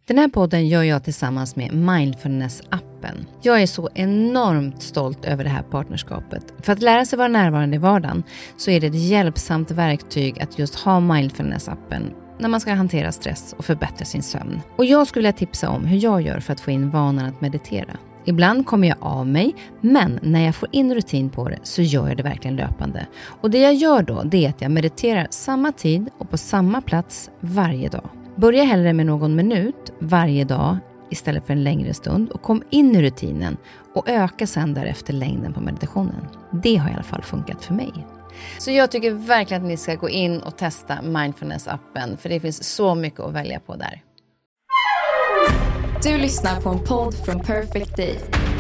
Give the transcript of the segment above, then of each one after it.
Den här podden gör jag tillsammans med Mindfulness-appen. Jag är så enormt stolt över det här partnerskapet. För att lära sig vara närvarande i vardagen så är det ett hjälpsamt verktyg att just ha Mindfulness-appen när man ska hantera stress och förbättra sin sömn. Och jag skulle vilja tipsa om hur jag gör för att få in vanan att meditera. Ibland kommer jag av mig, men när jag får in rutin på det så gör jag det verkligen löpande. Och det jag gör då, det är att jag mediterar samma tid och på samma plats varje dag. Börja hellre med någon minut varje dag istället för en längre stund och kom in i rutinen och öka sedan därefter längden på meditationen. Det har i alla fall funkat för mig. Så jag tycker verkligen att ni ska gå in och testa Mindfulness-appen för det finns så mycket att välja på där. Du lyssnar på en podd från Perfect Day.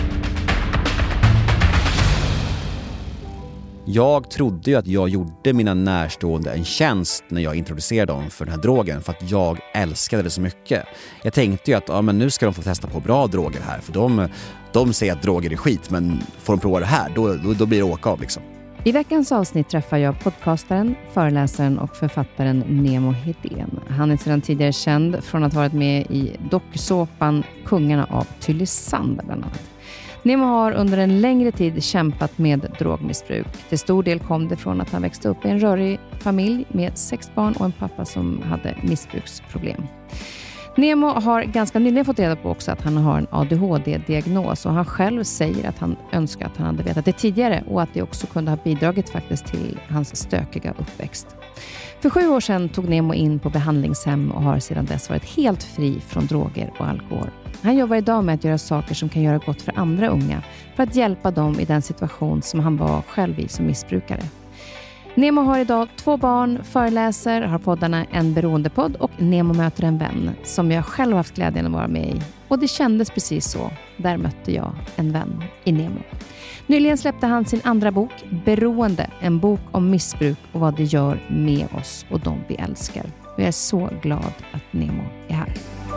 Jag trodde ju att jag gjorde mina närstående en tjänst när jag introducerade dem för den här drogen för att jag älskade det så mycket. Jag tänkte ju att men nu ska de få testa på bra droger här för de säger att droger är skit men får de prova det här då blir det åka av liksom. I veckans avsnitt träffar jag podcastaren, föreläsaren och författaren Nemo Hedén. Han är sedan tidigare känd från att ha varit med i dokusåpan Kungarna av Tylösand bland annat. Nemo har under en längre tid kämpat med drogmissbruk. Till stor del kom det från att han växte upp i en rörig familj med 6 barn och en pappa som hade missbruksproblem. Nemo har ganska nyligen fått reda på också att han har en ADHD-diagnos och han själv säger att han önskar att han hade vetat det tidigare och att det också kunde ha bidragit faktiskt till hans stökiga uppväxt. För 7 år sedan tog Nemo in på behandlingshem och har sedan dess varit helt fri från droger och alkohol. Han jobbar idag med att göra saker som kan göra gott för andra unga för att hjälpa dem i den situation som han var själv i som missbrukare. Nemo har idag 2 barn, föreläser, har poddarna En beroendepodd och Nemo möter en vän som jag själv haft glädjen att vara med i. Och det kändes precis så. Där mötte jag en vän i Nemo. Nyligen släppte han sin andra bok, Beroende, en bok om missbruk och vad det gör med oss och de vi älskar. Och jag är så glad att Nemo är här.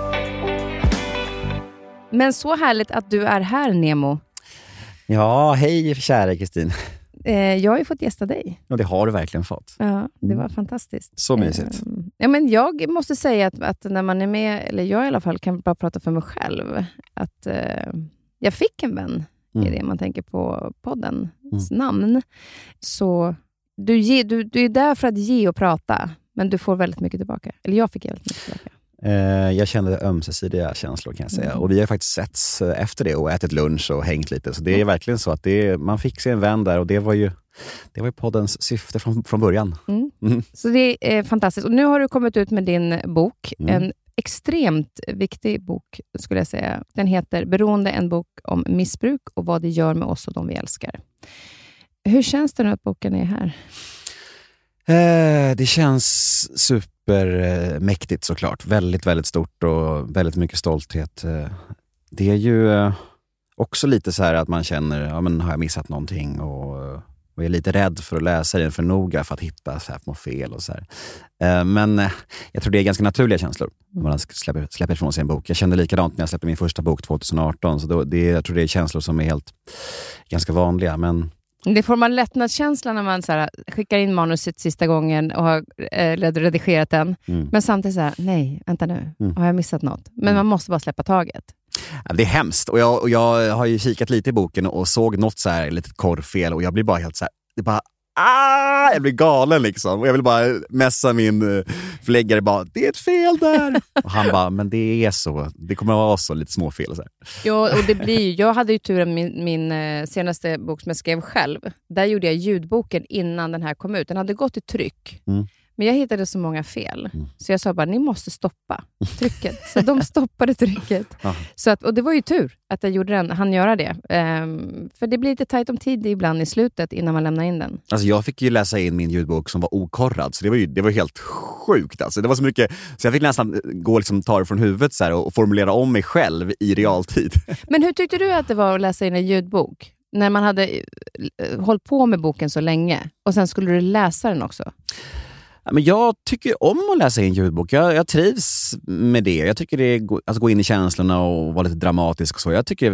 Men så härligt att du är här, Nemo. Ja, hej kära Kristin. Jag har ju fått gästa dig. Ja, det har du verkligen fått. Ja, det var fantastiskt. Så mysigt. Ja, men jag måste säga att när man är med, eller jag i alla fall kan bara prata för mig själv, att jag fick en vän i det man tänker på poddens namn. Så du är där för att ge och prata, men du får väldigt mycket tillbaka. Eller jag fick väldigt mycket tillbaka. Jag kände ömsesidiga känslor kan jag säga. Och vi har faktiskt setts efter det och ätit lunch och hängt lite. Så det är verkligen så att man fick sig en vän där och det var ju poddens syfte från början. Så det är fantastiskt. Och nu har du kommit ut med din bok. En extremt viktig bok skulle jag säga. Den heter Beroende, en bok om missbruk och vad det gör med oss och de vi älskar. Hur känns det nu att boken är här? Det känns supermäktigt såklart. Väldigt, väldigt stort och väldigt mycket stolthet. Det är ju också lite så här att man känner, har jag missat någonting och är lite rädd för att läsa den för noga för att hitta så här på fel och så här. Men jag tror det är ganska naturliga känslor när man släpper ifrån sig en bok. Jag kände likadant när jag släppte min första bok 2018 så jag tror det är känslor som är ganska vanliga, men det får man lättnadskänsla när man så här, skickar in manuset sista gången och har redigerat den. Men samtidigt så här, nej, vänta nu. Har jag missat något? Men man måste bara släppa taget. Ja, det är hemskt. Och jag har ju kikat lite i boken och såg något så här litet korrfel och jag blir bara helt så här, det bara jag blir galen liksom. Och jag vill bara mässa min förläggare bara, det är ett fel där. Och han bara, men det är så. Det kommer att vara så lite små fel. Så här. Ja, och det blir jag hade ju turen min senaste bok som jag skrev själv. Där gjorde jag ljudboken innan den här kom ut. Den hade gått i tryck. Men jag hittade så många fel. Så jag sa bara, ni måste stoppa trycket. Så de stoppade trycket. Så och det var ju tur att jag gjorde han göra det. För det blir lite tajt om tid ibland i slutet innan man lämnar in den. Alltså jag fick ju läsa in min ljudbok som var okorrad. Så det var helt sjukt. Alltså. Det var så mycket. Så jag fick nästan gå liksom, ta det från huvudet så här, och formulera om mig själv i realtid. Men hur tyckte du att det var att läsa in en ljudbok? När man hade hållit på med boken så länge. Och sen skulle du läsa den också. Men jag tycker om att läsa en ljudbok. Jag trivs med det. Jag tycker det är att gå in i känslorna och vara lite dramatisk och så.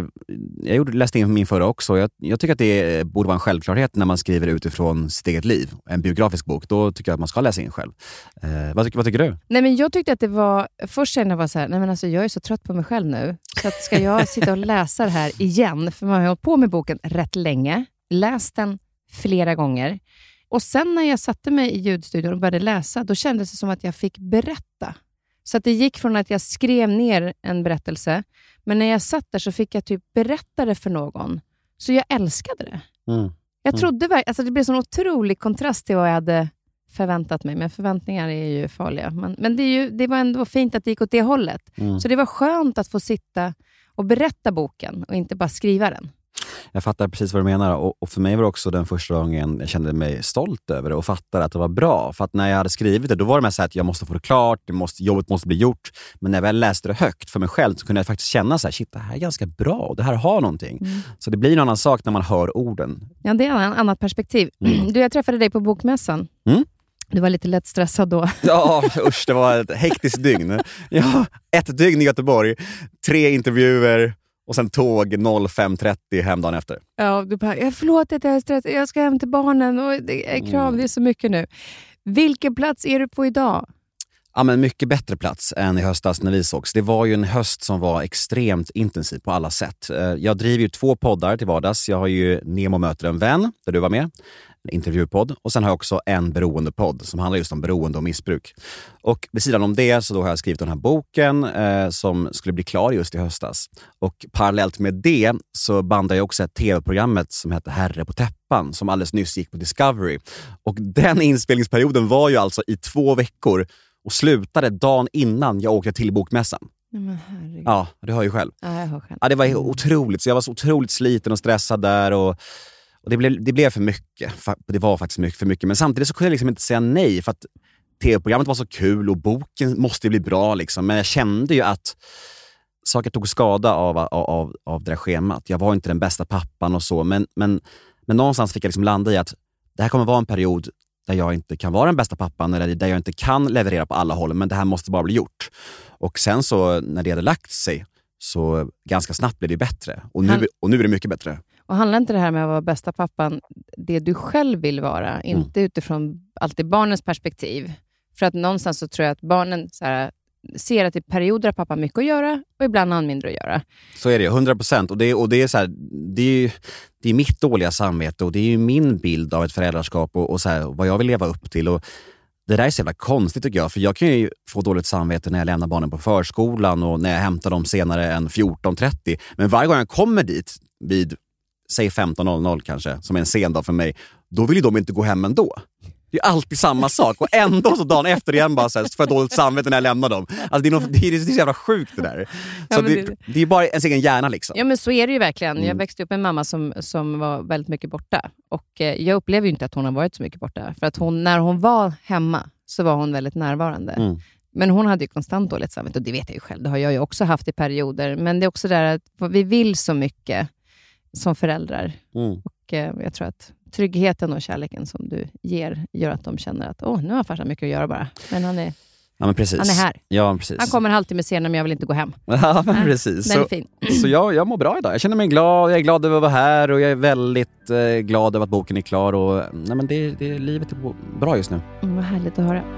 Jag läste in min förra också. Jag tycker att det borde vara en självklarhet när man skriver utifrån sitt eget liv. En biografisk bok, då tycker jag att man ska läsa in själv. Vad tycker du? Nej, men jag tyckte att det var... Först kände jag var så här, nej men alltså jag är så trött på mig själv nu. Så att ska jag sitta och läsa det här igen? För man har hållit på med boken rätt länge. Läst den flera gånger. Och sen när jag satte mig i ljudstudion och började läsa, då kändes det som att jag fick berätta. Så att det gick från att jag skrev ner en berättelse, men när jag satt där så fick jag typ berätta det för någon. Så jag älskade det. Jag trodde alltså det blev en otrolig kontrast till vad jag hade förväntat mig. Men förväntningar är ju farliga. Men det var ändå fint att det gick åt det hållet. Så det var skönt att få sitta och berätta boken och inte bara skriva den. Jag fattar precis vad du menar, och för mig var det också den första gången jag kände mig stolt över det och fattade att det var bra. För att när jag hade skrivit det, då var det med så att jag måste få det klart, jobbet måste bli gjort. Men när jag väl läste det högt för mig själv så kunde jag faktiskt känna så här, shit, det här är ganska bra och det här har någonting. Så det blir en annan sak när man hör orden. Ja, det är en annat perspektiv. Jag träffade dig på bokmässan. Du var lite lätt stressad då. Ja, usch, det var ett hektiskt dygn. Ja, 1 dygn i Göteborg, 3 intervjuer. Och sen tåg 05.30 hem dagen efter. Ja, du bara, förlåt att jag är stressad. Jag ska hem till barnen och det är krav, det är så mycket nu. Vilken plats är du på idag? Ja, men mycket bättre plats än i höstas när vi sågs. Det var ju en höst som var extremt intensiv på alla sätt. Jag driver ju 2 poddar till vardags. Jag har ju Nemo möter en vän, där du var med. En intervjupodd. Och sen har jag också en beroendepodd som handlar just om beroende och missbruk. Och vid sidan om det så då har jag skrivit den här boken som skulle bli klar just i höstas. Och parallellt med det så bandade jag också ett tv-programmet som heter Herre på täppan som alldeles nyss gick på Discovery. Och den inspelningsperioden var ju alltså i 2 veckor och slutade dagen innan jag åkte till bokmässan. Men herregud. Ja, du hör ju själv. Ja, jag hör själv. Ja, det var otroligt. Så jag var så otroligt sliten och stressad där och det blev för mycket. Det var faktiskt för mycket. Men samtidigt så kunde jag liksom inte säga nej för att tv-programmet var så kul och boken måste bli bra liksom. Men jag kände ju att saker tog skada av det där schemat. Jag var inte den bästa pappan och så. Men någonstans fick jag liksom landa i att det här kommer vara en period där jag inte kan vara den bästa pappan eller där jag inte kan leverera på alla håll, men det här måste bara bli gjort. Och sen så när det hade lagt sig så ganska snabbt blev det bättre. Och nu är det mycket bättre. Och handlar inte det här med att vara bästa pappan det du själv vill vara, inte utifrån alltid barnens perspektiv? För att någonstans så tror jag att barnen så här, ser att i perioder har pappa mycket att göra och ibland har han mindre att göra. Så är det, 100%. Och det är så här, det är mitt dåliga samvete och det är ju min bild av ett föräldraskap och så här, vad jag vill leva upp till. Och det där är så jävla konstigt tycker jag, för jag kan ju få dåligt samvete när jag lämnar barnen på förskolan och när jag hämtar dem senare än 14.30. Men varje gång jag kommer dit vid, säg 15.00 kanske, som är en sen dag för mig, då vill ju de inte gå hem ändå. Det är alltid samma sak. Och ändå så dagen efter igen bara så här, för dåligt samvete när jag lämnar dem. Alltså det är så jävla sjukt det där. Så det är bara ens egen hjärna liksom. Ja men så är det ju verkligen. Jag växte upp med en mamma som var väldigt mycket borta. Och jag upplever ju inte att hon har varit så mycket borta. För att när hon var hemma så var hon väldigt närvarande. Men hon hade ju konstant dåligt samvete. Och det vet jag ju själv. Det har jag ju också haft i perioder. Men det är också där att vi vill så mycket som föräldrar. Och jag tror att tryggheten och kärleken som du ger gör att de känner att nu har farsan mycket att göra bara. Men han är, han är här. Ja, precis. Han kommer en halvtimme senare men jag vill inte gå hem. Ja, men precis. Den är fin. Så jag mår bra idag. Jag känner mig glad. Jag är glad över att vara här och jag är väldigt glad över att boken är klar. Och, nej, men livet är bra just nu. Vad härligt att höra.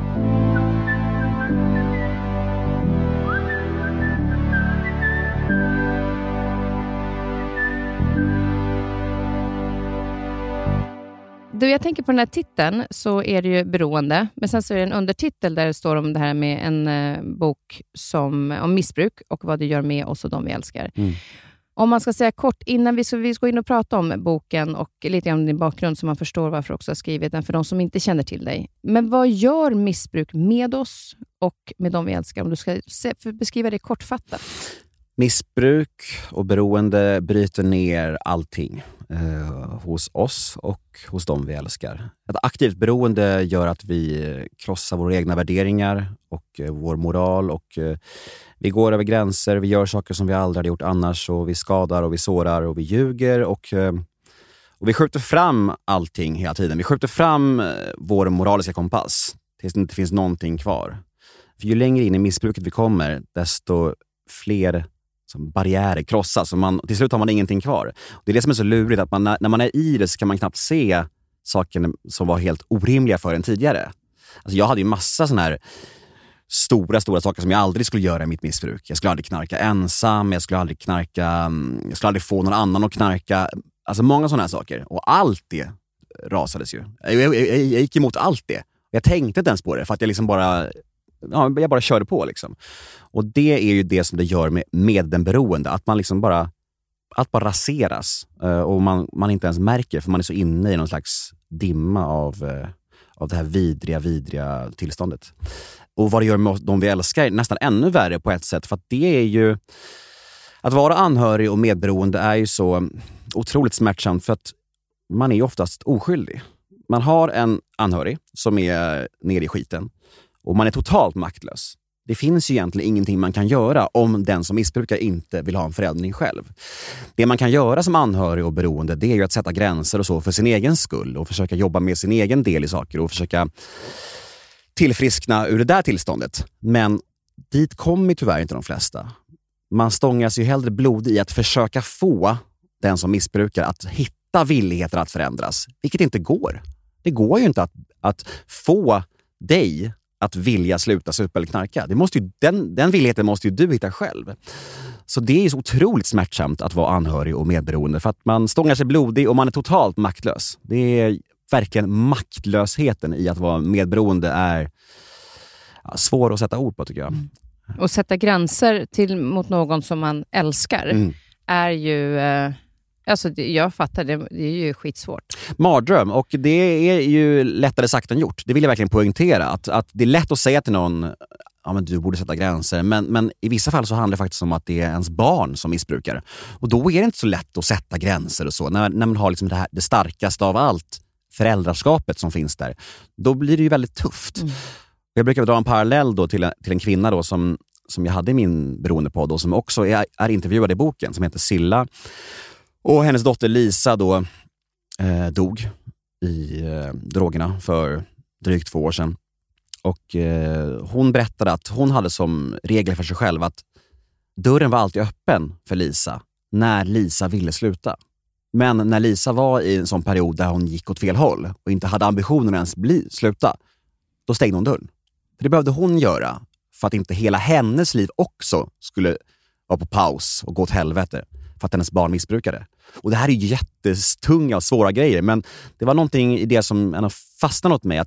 Du, jag tänker på den här titeln så är det ju beroende. Men sen så är det en undertitel där det står om det här med en bok om missbruk och vad det gör med oss och de vi älskar. Om man ska säga kort, innan vi ska in och prata om boken och lite om din bakgrund så man förstår varför också har skrivit den för de som inte känner till dig. Men vad gör missbruk med oss och med de vi älskar? Om du ska beskriva det kortfattat. Missbruk och beroende bryter ner allting hos oss och hos dem vi älskar. Ett aktivt beroende gör att vi krossar våra egna värderingar och vår moral och vi går över gränser, vi gör saker som vi aldrig hade gjort annars och vi skadar och vi sårar och vi ljuger och vi skjuter fram allting hela tiden. Vi skjuter fram vår moraliska kompass tills det inte finns någonting kvar. För ju längre in i missbruket vi kommer, desto fler barriärer krossas. Och till slut har man ingenting kvar. Det är det som är så lurigt, att när man är i det så kan man knappt se saker som var helt orimliga för en tidigare. Alltså jag hade ju massa sådana här stora saker som jag aldrig skulle göra i mitt missbruk. Jag skulle aldrig knarka ensam, jag skulle aldrig få någon annan att knarka. Alltså många sådana här saker. Och allt det rasades ju. Jag gick emot allt det. Jag tänkte inte ens på det, för att jag liksom jag bara körde på liksom. Och det är ju det som det gör med den beroende, att man liksom bara raseras, och man inte ens märker, för man är så inne i någon slags dimma av det här vidriga tillståndet. Och vad det gör med de vi älskar nästan ännu värre på ett sätt, för att det är ju att vara anhörig och medberoende är ju så otroligt smärtsamt, för att man är ju oftast oskyldig. Man har en anhörig som är nere i skiten och man är totalt maktlös. Det finns ju egentligen ingenting man kan göra om den som missbrukar inte vill ha en förändring själv. Det man kan göra som anhörig och beroende, det är ju att sätta gränser och så för sin egen skull och försöka jobba med sin egen del i saker och försöka tillfriskna ur det där tillståndet. Men dit kommer tyvärr inte de flesta. Man stångas ju hellre blod i att försöka få den som missbrukar att hitta villigheten att förändras, vilket inte går. Det går ju inte att få dig att vilja sluta supa eller knarka. Den villigheten måste ju du hitta själv. Så det är så otroligt smärtsamt att vara anhörig och medberoende, för att man stångar sig blodig och man är totalt maktlös. Det är verkligen maktlösheten i att vara medberoende är svår att sätta ord på, tycker jag. Och sätta gränser mot någon som man älskar är ju... Alltså jag fattar, det är ju skitsvårt. Mardröm, och det är ju lättare sagt än gjort. Det vill jag verkligen poängtera. Att det är lätt att säga till någon, ja men du borde sätta gränser. Men i vissa fall så handlar det faktiskt om att det är ens barn som missbrukar. Och då är det inte så lätt att sätta gränser och så. När man har liksom det starkaste av allt, föräldraskapet som finns där, då blir det ju väldigt tufft. Jag brukar dra en parallell då till en kvinna då som jag hade i min beroendepodd och som också är intervjuad i boken, som heter Silla. Och hennes dotter Lisa då dog i drogerna för drygt 2 år sedan. Och hon berättade att hon hade som regel för sig själv att dörren var alltid öppen för Lisa när Lisa ville sluta. Men när Lisa var i en sån period där hon gick åt fel håll och inte hade ambitionen att ens sluta, då stängde hon dörren. För det behövde hon göra för att inte hela hennes liv också skulle vara på paus och gå åt helvete för att hennes barn missbrukade. Och det här är ju jättetunga och svåra grejer, men det var någonting i det som ändå fastnade åt mig,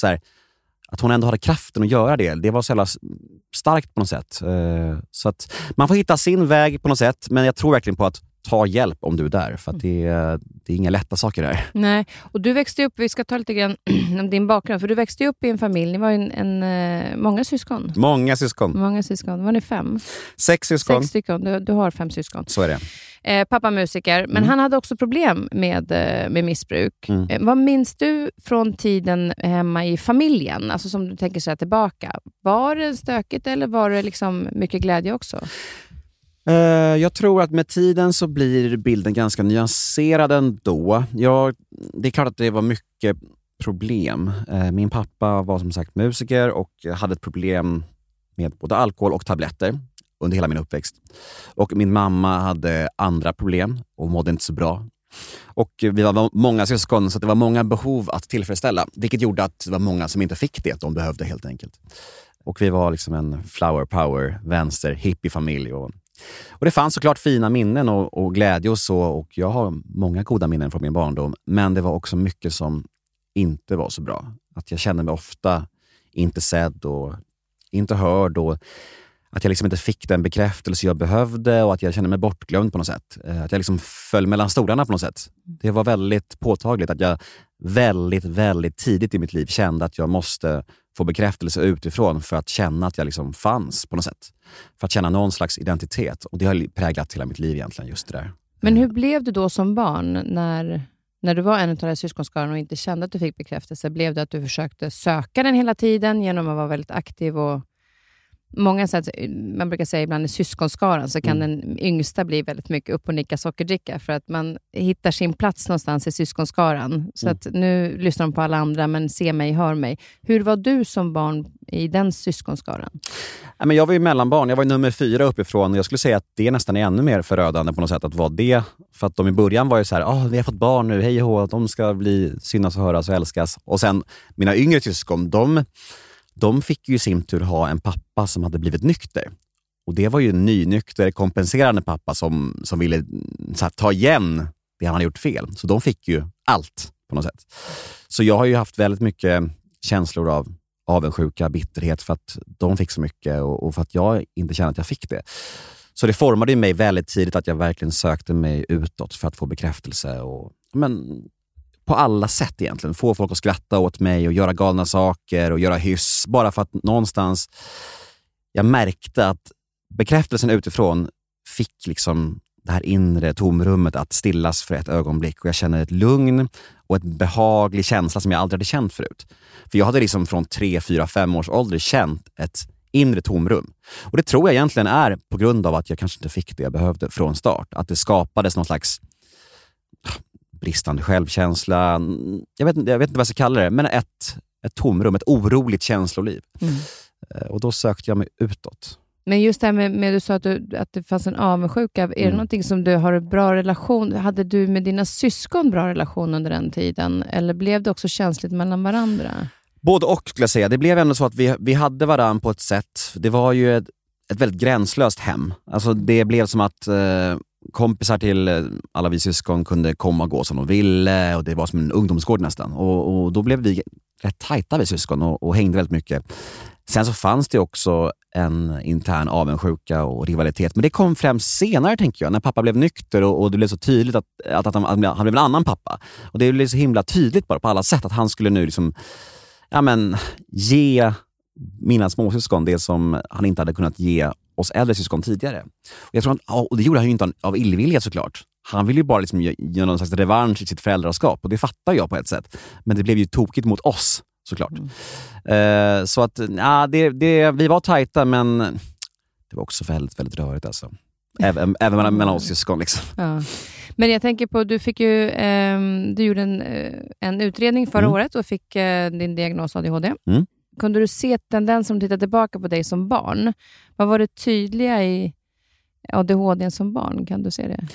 att hon ändå hade kraften att göra det. Det var så jävla starkt på något sätt. Så att man får hitta sin väg på något sätt, men jag tror verkligen på att ta hjälp om du är där, för att det är inga lätta saker där. Nej, och du växte upp, vi ska ta lite grann om din bakgrund, för du växte upp i en familj, ni var ju många syskon. Många syskon. Var ni 5? 6 syskon. 6 stycken, du har 5 syskon. Så är det. Pappa musiker, men han hade också problem med missbruk. Vad minns du från tiden hemma i familjen? Alltså som du tänker sig tillbaka. Var det stökigt eller var det liksom mycket glädje också? Jag tror att med tiden så blir bilden ganska nyanserad ändå. Det är klart att det var mycket problem. Min pappa var som sagt musiker och hade ett problem med både alkohol och tabletter under hela min uppväxt. Och min mamma hade andra problem och mådde inte så bra. Och vi var många syskon, så det var många behov att tillfredsställa. Vilket gjorde att det var många som inte fick det de behövde helt enkelt. Och vi var liksom en flower power, vänster, hippie-familj. Och det fanns såklart fina minnen och glädje och så. Och jag har många goda minnen från min barndom. Men det var också mycket som inte var så bra. Att jag kände mig ofta inte sedd och inte hörd. Och att jag liksom inte fick den bekräftelse jag behövde. Och att jag kände mig bortglömd på något sätt. Att jag liksom föll mellan stolarna på något sätt. Det var väldigt påtagligt att jag väldigt, väldigt tidigt i mitt liv kände att jag måste få bekräftelse utifrån för att känna att jag liksom fanns på något sätt. För att känna någon slags identitet. Och det har präglat hela mitt liv egentligen, just det där. Men hur blev du då som barn när du var en av de syskonskaran och inte kände att du fick bekräftelse? Blev det att du försökte söka den hela tiden genom att vara väldigt aktiv och Många säger, man brukar säga ibland i syskonskaran så kan den yngsta bli väldigt mycket upp och nicka sockerdricka för att man hittar sin plats någonstans i syskonskaran. Så att nu lyssnar de på alla andra men se mig, hör mig. Hur var du som barn i den syskonskaran? Ja, men jag var ju mellanbarn, jag var ju nummer 4 uppifrån och jag skulle säga att det nästan är ännu mer förödande på något sätt att vara det. För att de i början var ju så här, vi har fått barn nu, hej och hå, att de ska bli synas och höras och älskas. Och sen mina yngre syskon, de fick ju i sin tur ha en pappa som hade blivit nykter. Och det var ju en nynykter, kompenserande pappa som ville så här, ta igen det han hade gjort fel. Så de fick ju allt på något sätt. Så jag har ju haft väldigt mycket känslor av avundsjuka, bitterhet för att de fick så mycket och för att jag inte kände att jag fick det. Så det formade ju mig väldigt tidigt att jag verkligen sökte mig utåt för att få bekräftelse och på alla sätt egentligen. Få folk att skratta åt mig och göra galna saker och göra hyss. Bara för att någonstans jag märkte att bekräftelsen utifrån fick liksom det här inre tomrummet att stillas för ett ögonblick. Och jag kände ett lugn och ett behaglig känsla som jag aldrig hade känt förut. För jag hade liksom från 3, 4, 5 års ålder känt ett inre tomrum. Och det tror jag egentligen är på grund av att jag kanske inte fick det jag behövde från start. Att det skapades någon slags bristande självkänsla. Jag vet inte vad jag ska kalla det. Men ett tomrum, ett oroligt känsloliv. Och då sökte jag mig utåt. Men just det här med du sa att det fanns en avundsjuka. Är det någonting som du har en bra relation? Hade du med dina syskon bra relation under den tiden? Eller blev det också känsligt mellan varandra? Både och skulle jag säga. Det blev ändå så att vi hade varann på ett sätt. Det var ju ett väldigt gränslöst hem. Alltså det blev som att kompisar till alla vi syskon kunde komma och gå som de ville. Och det var som en ungdomsgård nästan. Och då blev vi rätt tajta vi syskon och hängde väldigt mycket. Sen så fanns det också en intern avundsjuka och rivalitet. Men det kom främst senare tänker jag. När pappa blev nykter och det blev så tydligt att han blev en annan pappa. Och det blev så himla tydligt bara på alla sätt att han skulle nu liksom ge mina småsyskon det som han inte hade kunnat ge oss äldre syskon tidigare. Och jag tror att, och det gjorde han ju inte av illvilja såklart. Han ville ju bara liksom ge någon slags revansch i sitt föräldraskap. Och det fattar jag på ett sätt. Men det blev ju tokigt mot oss såklart. Så att vi var tajta men det var också väldigt, väldigt rörigt alltså. Även mellan oss syskon liksom. Ja. Men jag tänker på, du fick ju du gjorde en utredning förra året och fick din diagnos ADHD. Kunde du se tendenser som tittar tillbaka på dig som barn? Vad var det tydliga i ADHD som barn? Kan du se det?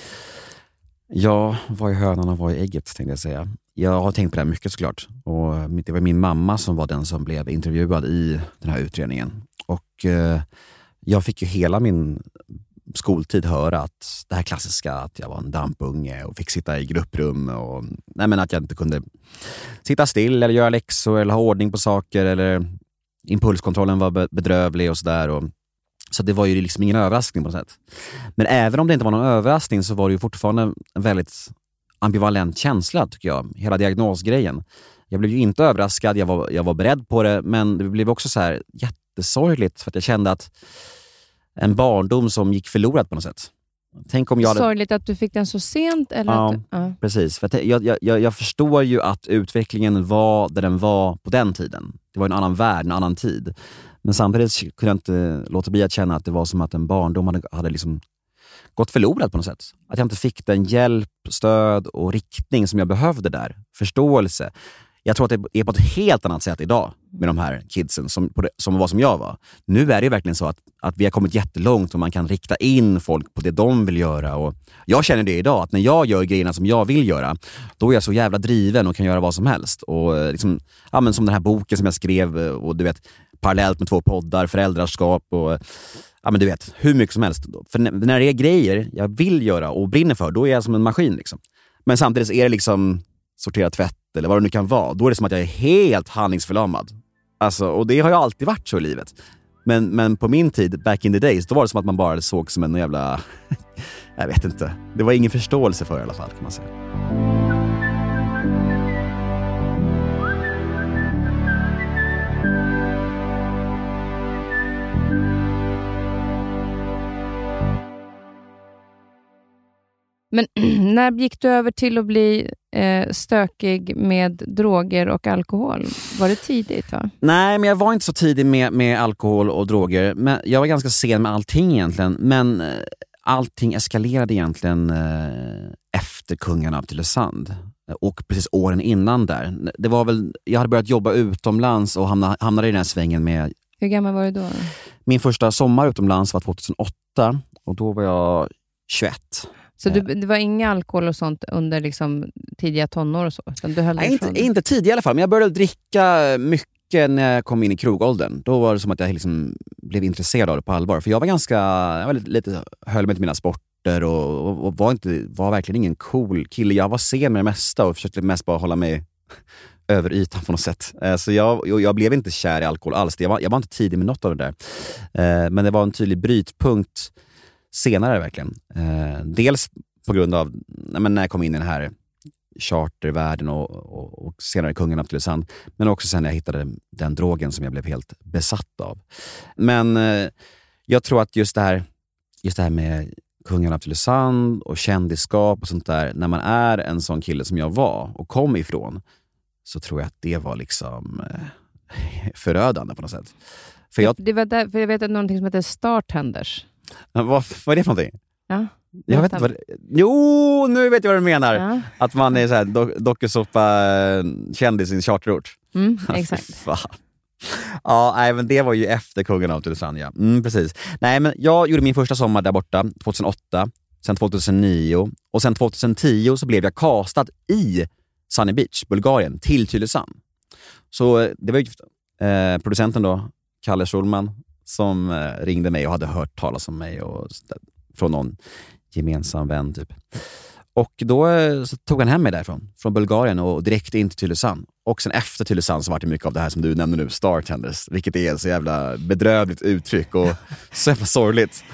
Ja, vad är hönan och vad är ägget tänkte jag säga. Jag har tänkt på det här mycket såklart. Och det var min mamma som var den som blev intervjuad i den här utredningen. Och jag fick ju hela min skoltid höra att det här klassiska att jag var en dampunge och fick sitta i grupprum och att jag inte kunde sitta still eller göra läxor eller ha ordning på saker eller impulskontrollen var bedrövlig och sådär. Så det var ju liksom ingen överraskning på något sätt. Men även om det inte var någon överraskning så var det ju fortfarande en väldigt ambivalent känsla tycker jag. Hela diagnosgrejen. Jag blev ju inte överraskad, jag var beredd på det men det blev också så här jättesorgligt för att jag kände att en barndom som gick förlorad på något sätt. Tänk om jag hade... Sorgligt att du fick den så sent? Eller ja, precis. För jag förstår ju att utvecklingen var där den var på den tiden. Det var en annan värld, en annan tid. Men samtidigt kunde jag inte låta bli att känna att det var som att en barndom hade liksom gått förlorad på något sätt. Att jag inte fick den hjälp, stöd och riktning som jag behövde där. Förståelse. Jag tror att det är på ett helt annat sätt idag med de här kidsen som var som jag var. Nu är det verkligen så att vi har kommit jättelångt och man kan rikta in folk på det de vill göra. Och jag känner det idag, att när jag gör grejerna som jag vill göra, då är jag så jävla driven och kan göra vad som helst. Och liksom, men som den här boken som jag skrev och du vet, parallellt med 2 poddar, föräldraskap och men du vet, hur mycket som helst. För när det är grejer jag vill göra och brinner för, då är jag som en maskin liksom. Men samtidigt är det liksom sortera tvätt eller vad det nu kan vara. Då är det som att jag är helt handlingsförlamad. Alltså, och det har ju alltid varit så i livet. Men på min tid, back in the days, då var det som att man bara såg som en jävla... jag vet inte. Det var ingen förståelse för i alla fall, kan man säga. Men när gick du över till att bli stökig med droger och alkohol? Var det tidigt, va? Nej, men jag var inte så tidig med alkohol och droger. Men jag var ganska sen med allting egentligen. Men allting eskalerade egentligen efter Kungarna av Tylösand. Och precis åren innan där. Det var väl, jag hade börjat jobba utomlands och hamnade i den här svängen med... Hur gammal var du då? Min första sommar utomlands var 2008 och då var jag 21. Så det var inga alkohol och sånt under liksom tidiga tonår och så? Du höll Nej, inte tidigt i alla fall, men jag började dricka mycket när jag kom in i krogåldern. Då var det som att jag liksom blev intresserad av det på allvar. För jag var lite höll mig till mina sporter och var verkligen ingen cool kille. Jag var sen med det mesta och försökte mest bara hålla mig över ytan på något sätt. Så jag blev inte kär i alkohol alls. Jag var inte tidig med något av det där. Men det var en tydlig brytpunkt senare verkligen. Dels på grund av när jag kom in i den här chartervärlden och senare Kungarna av Tylösand. Men också sen när jag hittade den drogen som jag blev helt besatt av. Men jag tror att just det här med Kungarna av Tylösand och kändisskap och sånt där. När man är en sån kille som jag var och kom ifrån, så tror jag att det var liksom förödande på något sätt. För jag vet att någonting som heter Startenders. Vad är det för någonting? Ja. Jag vet inte vad det... Jo, nu vet jag vad du menar. Ja. Att man är så här dokusåpa kändis i en charterort. Exakt. Ja, nej, men det var ju efter Kungarna av Tylösand, ja. Precis. Nej, men jag gjorde min första sommar där borta 2008, sen 2009 och sen 2010 så blev jag castad i Sunny Beach, Bulgarien, till Tylösand. Så det var ju producenten då, Kalle Schulman, som ringde mig och hade hört talas om mig och från någon gemensam vän typ. Och då så tog han hem mig därifrån, från Bulgarien och direkt in till Tylösand. Och sen efter Tylösand så var det mycket av det här som du nämner nu, Startenders, vilket är så jävla bedrövligt uttryck och så jävla sorgligt.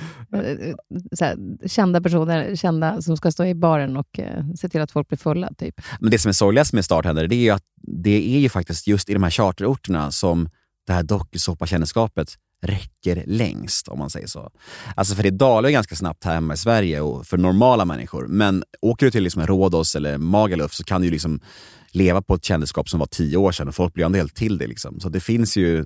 Så här, kända som ska stå i baren och se till att folk blir fulla typ. Men det som är sorgligast med Startender, det är ju att det är ju faktiskt just i de här charterorterna som det här dokusåpa-kändisskapet räcker längst, om man säger så. Alltså för det dalar ju ganska snabbt här hemma i Sverige och för normala människor. Men åker du till liksom Rhodos eller Magaluf så kan du ju liksom leva på ett kändisskap som var 10 år sedan och folk blir ändå helt till det liksom. Så det finns ju...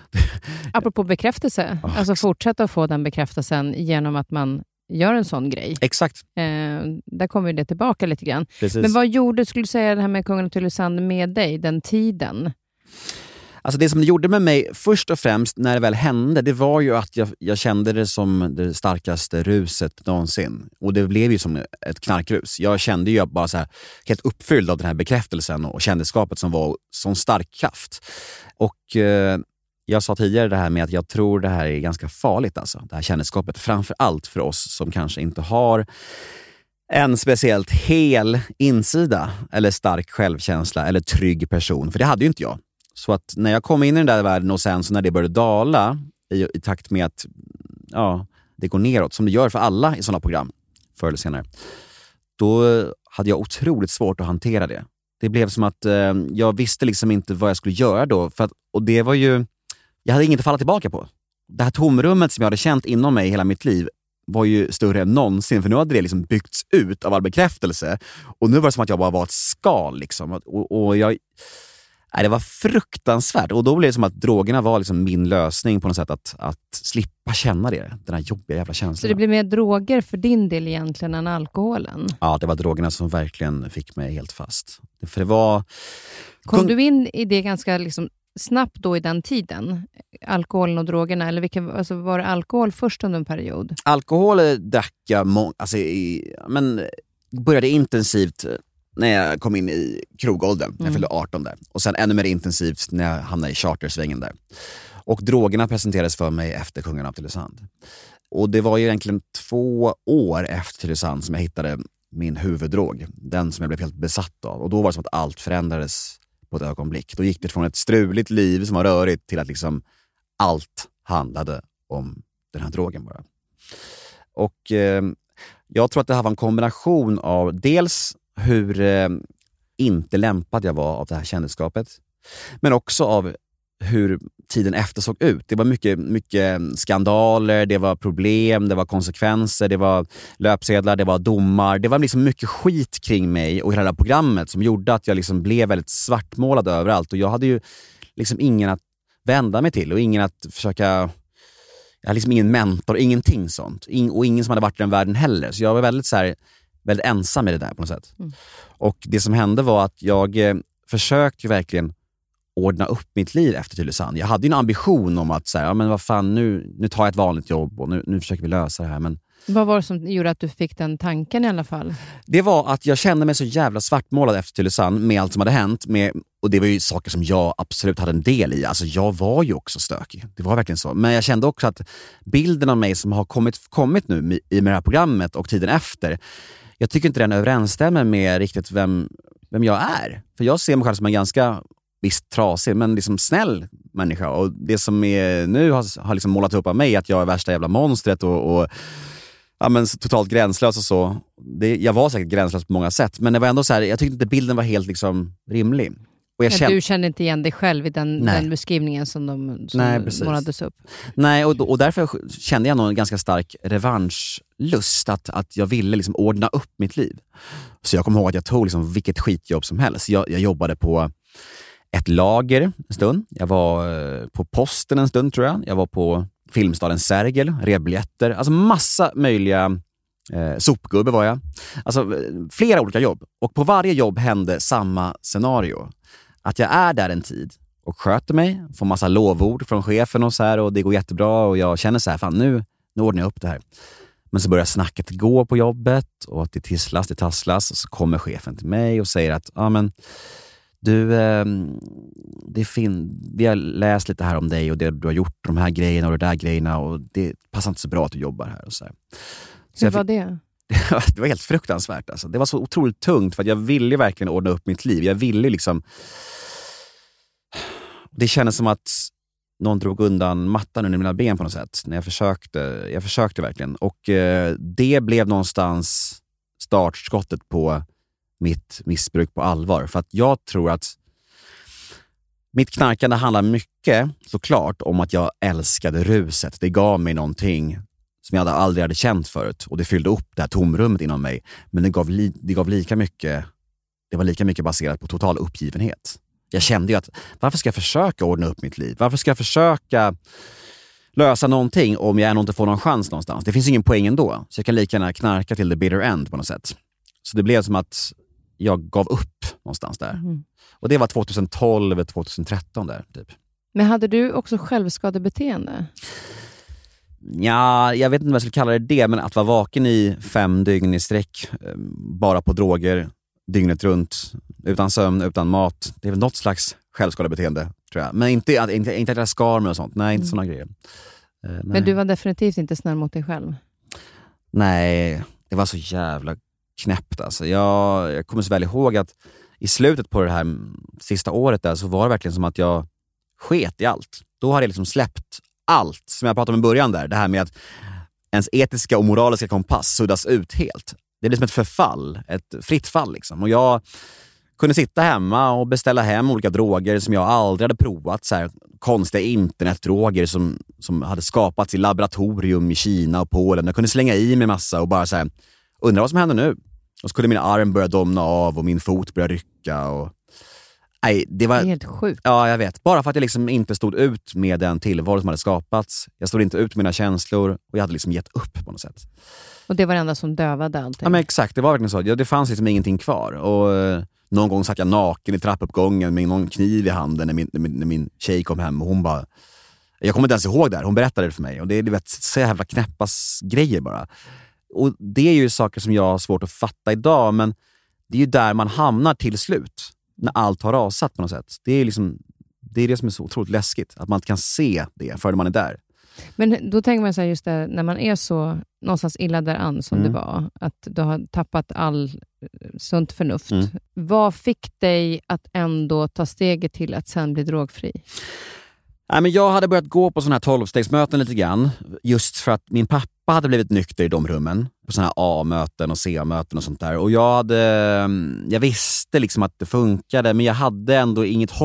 Apropå bekräftelse, alltså fortsätta att få den bekräftelsen genom att man gör en sån grej. Exakt. Där kommer det tillbaka lite grann. Precis. Men vad skulle du säga det här med Kungarna av Tylösand med dig, den tiden? Alltså det som det gjorde med mig först och främst när det väl hände, det var ju att jag kände det som det starkaste ruset någonsin. Och det blev ju som ett knarkrus. Jag kände ju bara så här, helt uppfylld av den här bekräftelsen och kändisskapet som var sån stark kraft. Och jag sa tidigare det här med att jag tror det här är ganska farligt alltså. Det här kändisskapet, framför allt för oss som kanske inte har en speciellt hel insida eller stark självkänsla eller trygg person. För det hade ju inte jag. Så att när jag kom in i den där världen och sen så när det började dala i takt med att det går neråt, som det gör för alla i sådana program förr eller senare, då hade jag otroligt svårt att hantera det. Det blev som att jag visste liksom inte vad jag skulle göra då. Och det var ju, jag hade inget att falla tillbaka på. Det här tomrummet som jag hade känt inom mig hela mitt liv var ju större än någonsin. För nu hade det liksom byggts ut av all bekräftelse. Och nu var det som att jag bara var ett skal liksom. Och jag... Nej, det var fruktansvärt. Och då blev det som att drogerna var liksom min lösning på något sätt att slippa känna det. Den här jobbiga jävla känslan. Så det blev mer droger för din del egentligen än alkoholen? Ja, det var drogerna som verkligen fick mig helt fast. För det var... Kom du in i det ganska liksom snabbt då i den tiden? Alkoholen och drogerna? Eller var det alkohol först under en period? Alkohol drack jag började intensivt när jag kom in i krogåldern, när jag fyllde 18 där. Och sen ännu mer intensivt när jag hamnade i chartersvängen där. Och drogerna presenterades för mig efter Kungarna av Tylösand. Och det var ju egentligen 2 år efter Tylösand som jag hittade min huvuddrog. Den som jag blev helt besatt av. Och då var det som att allt förändrades på ett ögonblick. Då gick det från ett struligt liv som var rörigt till att liksom allt handlade om den här drogen bara. Och jag tror att det här var en kombination av dels hur inte lämpad jag var av det här kändisskapet. Men också av hur tiden efter såg ut. Det var mycket skandaler, det var problem, det var konsekvenser, det var löpsedlar, det var domar. Det var liksom mycket skit kring mig och hela det här programmet som gjorde att jag liksom blev väldigt svartmålad överallt. Och jag hade ju liksom ingen att vända mig till och ingen att försöka... Jag hade liksom ingen mentor, ingenting sånt. Och ingen som hade varit i den världen heller. Så jag var väldigt ensam i det där på något sätt. Och det som hände var att jag försökte ju verkligen ordna upp mitt liv efter Tylösand. Jag hade ju en ambition om att säga, ja, men vad fan, nu tar jag ett vanligt jobb och nu försöker vi lösa det här. Men vad var det som gjorde att du fick den tanken i alla fall? det var att jag kände mig så jävla svartmålad efter Tylösand med allt som hade hänt. Och det var ju saker som jag absolut hade en del i. Alltså jag var ju också stökig. Det var verkligen så. Men jag kände också att bilden av mig som har kommit nu i det här programmet och tiden efter, jag tycker inte den överensstämmer med riktigt vem jag är. För jag ser mig själv som en ganska, visst trasig, men liksom snäll människa. Och det som är nu har liksom målat upp av mig att jag är värsta jävla monstret och ja, men totalt gränslös och så. Jag var säkert gränslös på många sätt, men det var ändå så här, jag tyckte inte bilden var helt liksom rimlig. Och du kände inte igen dig själv i den beskrivningen som målades upp? Nej, och därför kände jag nog en ganska stark revanschlust att jag ville liksom ordna upp mitt liv. Så jag kommer ihåg att jag tog liksom vilket skitjobb som helst. Jag jobbade på ett lager en stund. Jag var på posten en stund tror jag. Jag var på Filmstaden Sergel, revbiljetter. Alltså massa möjliga sopgubbe var jag. Alltså flera olika jobb. Och på varje jobb hände samma scenario. Att jag är där en tid och sköter mig, får massa lovord från chefen och så här, och det går jättebra och jag känner så här, fan nu ordnar jag upp det här. Men så börjar snacket gå på jobbet och att det tasslas och så kommer chefen till mig och säger att ja men du, vi har läst lite här om dig och det du har gjort, de här grejerna och de där grejerna, och det passar inte så bra att du jobbar här och så här. Så hur var det? Det var helt fruktansvärt alltså. Det var så otroligt tungt för att jag ville verkligen ordna upp mitt liv. Jag ville liksom... Det kändes som att någon drog undan mattan under mina ben på något sätt. När jag försökte verkligen. Och det blev någonstans startskottet på mitt missbruk på allvar. För att jag tror att mitt knarkande handlar mycket såklart om att jag älskade ruset. Det gav mig någonting som jag aldrig hade känt förut. Och det fyllde upp det här tomrummet inom mig. Men det gav lika mycket... Det var lika mycket baserat på total uppgivenhet. Jag kände ju att varför ska jag försöka ordna upp mitt liv? Varför ska jag försöka lösa någonting om jag ändå inte får någon chans någonstans? Det finns ingen poäng ändå. Så jag kan lika gärna knarka till the bitter end på något sätt. Så det blev som att jag gav upp någonstans där. Mm. Och det var 2012, 2013 där typ. Men hade du också självskadebeteende? Ja, jag vet inte vad jag skulle kalla det, men att vara vaken i 5 dygn i sträck, bara på droger, dygnet runt, utan sömn, utan mat. Det är väl något slags självskadebeteende, tror jag. Men inte att jag skar mig och sånt. Nej, inte såna grejer. Nej. Men du var definitivt inte snäll mot dig själv? Nej, det var så jävla knäppt. Alltså. Jag kommer så väl ihåg att i slutet på det här sista året där så var det verkligen som att jag sket i allt. Då hade jag liksom släppt allt som jag pratade om i början där. Det här med att ens etiska och moraliska kompass suddas ut helt. Det blir som ett förfall, ett fritt fall liksom. Och jag kunde sitta hemma och beställa hem olika droger som jag aldrig hade provat. Så här konstiga internetdroger som hade skapats i laboratorium i Kina och Polen. Jag kunde slänga i mig massa och bara så här, undra vad som händer nu. Och så skulle min arm börja domna av och min fot börja rycka. Och... Nej, det var helt sjukt. Ja, jag vet. Bara för att jag liksom inte stod ut med den tillvaro som hade skapats. Jag stod inte ut med mina känslor och jag hade liksom gett upp på något sätt. Och det var det enda som dövade allting? Ja, men exakt. Det var verkligen så. Det fanns liksom ingenting kvar. Och någon gång satt jag naken i trappuppgången med någon kniv i handen när min tjej kom hem och hon bara... Jag kommer inte ens ihåg det. Hon berättade det för mig. Och det är så jävla knäppas grejer bara. Och det är ju saker som jag har svårt att fatta idag, men det är ju där man hamnar till slut. När allt har rasat på något sätt. Det är det som är så otroligt läskigt. Att man inte kan se det förrän man är där. Men då tänker man så här, just det, när man är så någonstans illa däran som det var. Att du har tappat all sunt förnuft. Vad fick dig att ändå ta steget till att sen bli drogfri? Nej, men jag hade börjat gå på sådana här 12-stegsmöten lite grann. Just för att min pappa hade blivit nykter i de rummen. På sådana här A-möten och C-möten och sånt där. Och jag visste liksom att det funkade. Men jag hade ändå inget hopp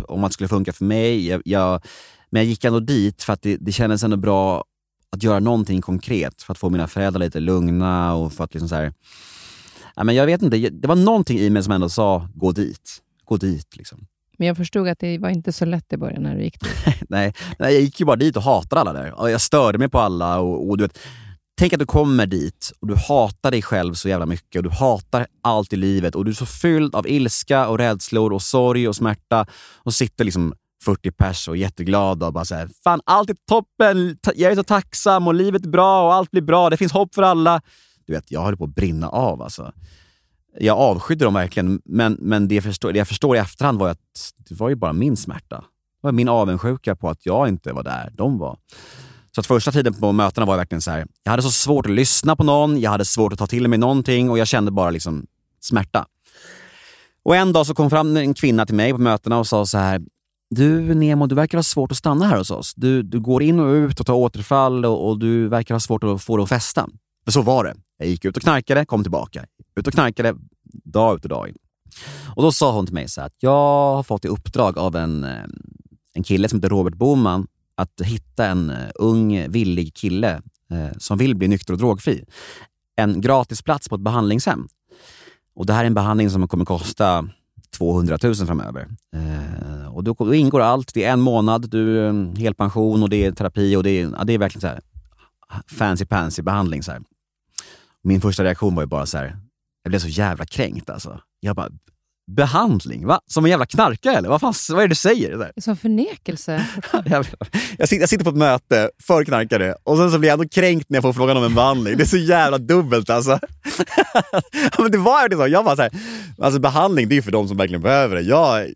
om att det skulle funka för mig. Men jag gick ändå dit för att det kändes ändå bra att göra någonting konkret för att få mina föräldrar lite lugna och för att liksom så här, ja, men jag vet inte, det var någonting i mig som ändå sa gå dit liksom. Men jag förstod att det var inte så lätt i början när du gick dit. Nej, jag gick ju bara dit och hatade alla där. Och jag störde mig på alla och du vet, tänk att du kommer dit och du hatar dig själv så jävla mycket och du hatar allt i livet och du är så fylld av ilska och rädslor och sorg och smärta och sitter liksom 40 pers och jätteglada och bara så här, fan allt är toppen, jag är så tacksam och livet är bra och allt blir bra, det finns hopp för alla. Du vet, jag höll på att brinna av alltså. Jag avskydde dem verkligen, men det jag förstår i efterhand var att det var ju bara min smärta. Det var min avundsjuka på att jag inte var där de var. Så att första tiden på mötena var verkligen så här, jag hade så svårt att lyssna på någon, jag hade svårt att ta till mig någonting och jag kände bara liksom smärta. Och en dag så kom fram en kvinna till mig på mötena och sa så här, du Nemo, du verkar ha svårt att stanna här hos oss. Du går in och ut och tar återfall och du verkar ha svårt att få det att fästa. För så var det. Jag gick ut och knarkade, kom tillbaka. Ut och knarkade, dag ut och dag in. Och då sa hon till mig så här, att jag har fått i uppdrag av en kille som heter Robert Boman att hitta en ung, villig kille som vill bli nykter och drogfri. En gratis plats på ett behandlingshem. Och det här är en behandling som kommer kosta 200 000 framöver. Och då ingår allt. Det är 1 månad, du är helpension och det är terapi och det är verkligen så här fancy behandling så här. Min första reaktion var ju bara så här, jag blev så jävla kränkt alltså. Jag bara, behandling? Va? Som en jävla knarkare eller? Vad är det du säger? Så här. Som förnekelse. jag sitter på ett möte för knarkare och sen så blir jag ändå kränkt när jag får frågan om en behandling. Det är så jävla dubbelt alltså. Men det var ju så. Jag bara så här, alltså behandling det är ju för de som verkligen behöver det.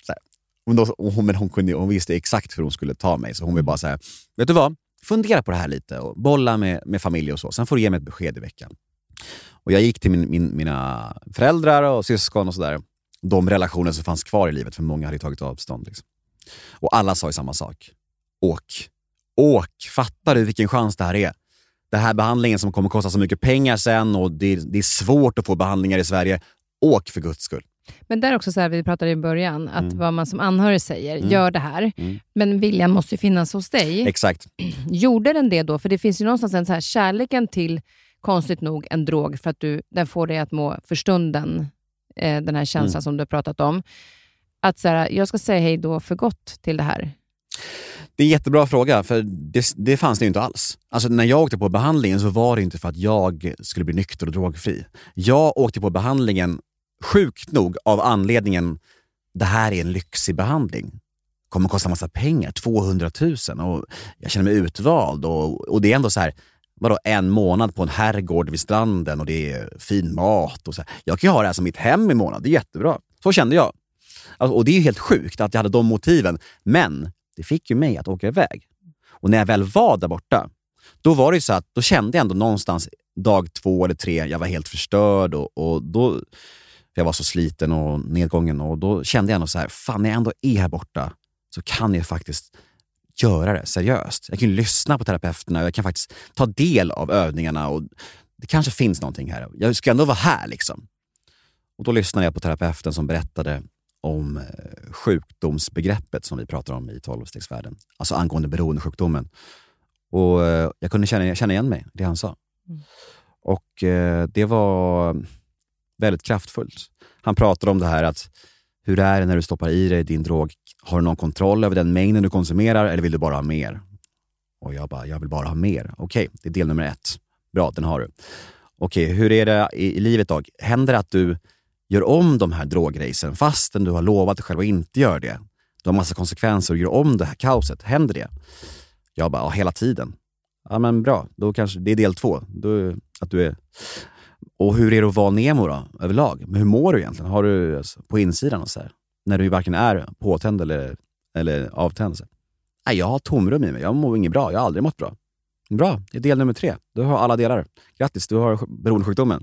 Men hon visste exakt hur hon skulle ta mig. Så hon vill bara säga, vet du vad? Fundera på det här lite och bolla med familj och så. Sen får du ge mig ett besked i veckan. Och jag gick till mina föräldrar och syskon och sådär. De relationer som fanns kvar i livet, för många hade tagit avstånd. Liksom. Och alla sa ju samma sak. Åk! Fattar du vilken chans det här är? Det här behandlingen som kommer kosta så mycket pengar sen och det är svårt att få behandlingar i Sverige. Åk för Guds skull. Men där också så här, vi pratade i början, att vad man som anhörig säger, gör det här. Men viljan måste ju finnas hos dig. Exakt. Gjorde den det då? För det finns ju någonstans en så här kärleken till, konstigt nog, en drog för att den får dig att må för stunden, den här känslan som du har pratat om. Att så här, jag ska säga hej då för gott till det här. Det är en jättebra fråga, för det fanns det ju inte alls. Alltså när jag åkte på behandlingen så var det inte för att jag skulle bli nykter och drogfri. Jag åkte på behandlingen sjukt nog av anledningen, det här är en lyxig behandling. Kommer kosta massa pengar, 200 000 och jag känner mig utvald och det är ändå så här, vadå 1 månad på en herrgård vid stranden och det är fin mat och så här. Jag kan ju ha det här som mitt hem i månad, det är jättebra. Så kände jag. Alltså, och det är ju helt sjukt att jag hade de motiven, men det fick ju mig att åka iväg. Och när jag väl var där borta, då var det ju så att då kände jag ändå någonstans dag 2 eller 3, jag var helt förstörd och då jag var så sliten och nedgången och då kände jag ändå så här, fan när jag ändå är här borta så kan jag faktiskt göra det seriöst. Jag kan lyssna på terapeuterna och jag kan faktiskt ta del av övningarna och det kanske finns någonting här. Jag ska ändå vara här liksom. Och då lyssnade jag på terapeuten som berättade om sjukdomsbegreppet som vi pratar om i 12-stegsvärlden. Alltså angående beroendesjukdomen. Och jag kunde känna igen mig, det han sa. Och det var väldigt kraftfullt. Han pratade om det här att hur är det när du stoppar i dig din drog? Har du någon kontroll över den mängden du konsumerar eller vill du bara ha mer? Och jag vill bara ha mer. Okej, det är del nummer 1. Bra, den har du. Okej, hur är det i livet då? Händer det att du gör om de här drogracen fastän du har lovat dig själv att inte göra det? Du har massa konsekvenser och gör om det här kaoset. Händer det? Jag bara, ja, hela tiden. Ja, men bra. Då kanske det är del 2. Då, att du är... Och hur är det att vara Nemo då, överlag? Men hur mår du egentligen? Har du alltså, på insidan och så här? När du varken är påtänd eller avtänd. Så. Nej, jag har tomrum i mig. Jag mår inget bra. Jag har aldrig mått bra. Bra, det är del nummer 3. Du har alla delar. Grattis, du har beroendesjukdomen.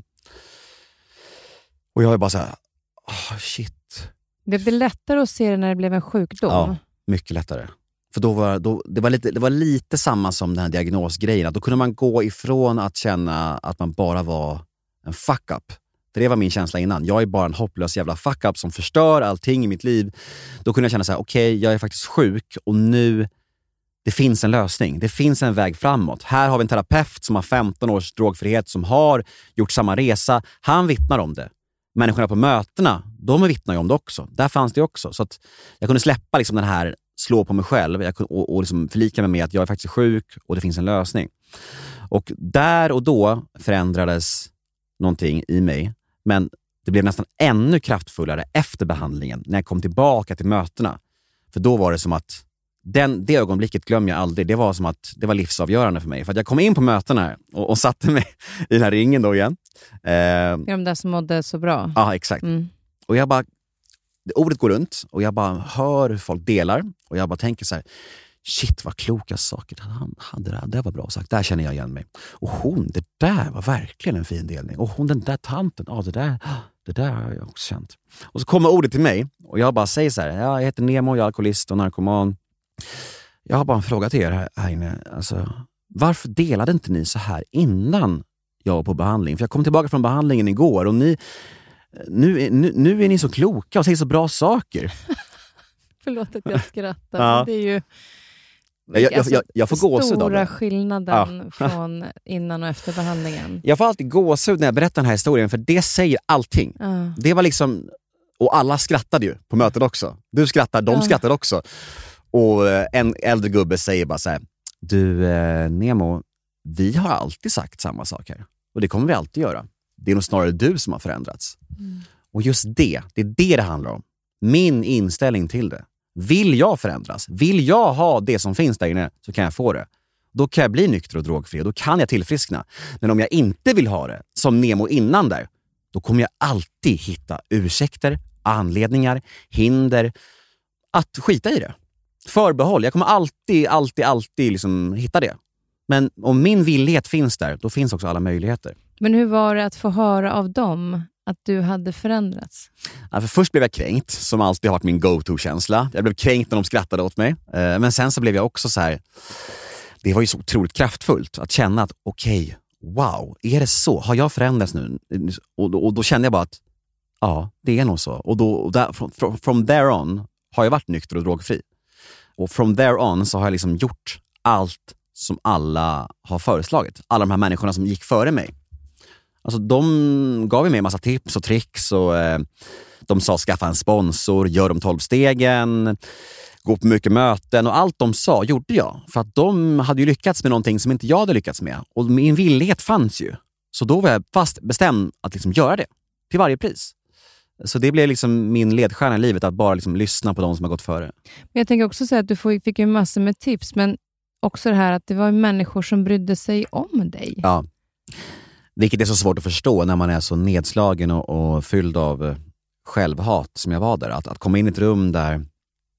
Och jag är bara så här, shit. Det blir lättare att se det när det blev en sjukdom. Ja, mycket lättare. För det var lite samma som den här diagnosgrejen. Att då kunde man gå ifrån att känna att man bara var en fuck-up För det var min känsla innan. Jag är bara en hopplös jävla fuck-up som förstör allting i mitt liv. Då kunde jag känna så här: okej, jag är faktiskt sjuk och nu det finns en lösning. Det finns en väg framåt. Här har vi en terapeut som har 15 års drogfrihet, som har gjort samma resa. Han vittnar om det. Människorna på mötena, de vittnar ju om det också. Där fanns det också. Så att jag kunde släppa liksom den här slå på mig själv och liksom förlika mig med att jag är faktiskt sjuk och det finns en lösning. Och där och då förändrades någonting i mig. Men det blev nästan ännu kraftfullare efter behandlingen när jag kom tillbaka till mötena. För då var det som att det ögonblicket glömmer jag aldrig. Det var som att det var livsavgörande för mig. För att jag kom in på mötena här och satte mig i den här ringen då igen. De där som mådde så bra. Ja, exakt. Och jag bara, ordet går runt och jag bara hör hur folk delar. Och jag bara tänker så här: shit vad kloka saker han hade. Det var bra sagt. Där känner jag igen mig. Och det där var verkligen en fin delning. Och den där tanten, det där har jag också känt. Och så kommer ordet till mig och jag bara säger så här: jag heter Nemo, jag är alkoholist och narkoman. Jag har bara en fråga till er här inne. Alltså, varför delade inte ni så här innan jag var på behandling? För jag kom tillbaka från behandlingen igår och nu är ni så kloka och säger så bra saker. Förlåt att jag skrattar. Ja. Det är ju jag får gåshud av stora det. skillnaden från innan och efter behandlingen. Jag får alltid gåshud när jag berättar den här historien, för det säger allting. Det var liksom, och alla skrattade ju på mötet också. Du skrattar, de skrattade också. Och en äldre gubbe säger bara så här: du Nemo, vi har alltid sagt samma sak här. Och det kommer vi alltid göra. Det är nog snarare du som har förändrats. Och just det är det handlar om. Min inställning till det. Vill jag förändras? Vill jag ha det som finns där inne, så kan jag få det. Då kan jag bli nykter och drogfri och då kan jag tillfriskna. Men om jag inte vill ha det, som Nemo innan där, då kommer jag alltid hitta ursäkter, anledningar, hinder att skita i det. Förbehåll. Jag kommer alltid liksom hitta det. Men om min villighet finns där, då finns också alla möjligheter. Men hur var det att få höra av dem att du hade förändrats? Ja, för först blev jag kränkt, som alltid har varit min go-to-känsla. Jag blev kränkt när de skrattade åt mig. Men sen så blev jag också så här, det var ju så otroligt kraftfullt att känna att okej, wow, är det så? Har jag förändrats nu? Och då kände jag bara att ja, det är nog så. Och from there on har jag varit nykter och drogfri. Och from there on så har jag liksom gjort allt som alla har föreslagit. Alla de här människorna som gick före mig. Alltså de gav mig en massa tips och tricks och de sa skaffa en sponsor, gör de 12 stegen, gå på mycket möten och allt de sa gjorde jag. För att de hade ju lyckats med någonting som inte jag hade lyckats med. Och min villighet fanns ju. Så då var jag fast bestämd att liksom göra det till varje pris. Så det blev liksom min ledstjärna i livet, att bara liksom lyssna på de som har gått före. Men jag tänker också säga att du fick ju massor med tips, men också det här att det var människor som brydde sig om dig. Ja, vilket är så svårt att förstå när man är så nedslagen och fylld av självhat som jag var där. Att komma in i ett rum där,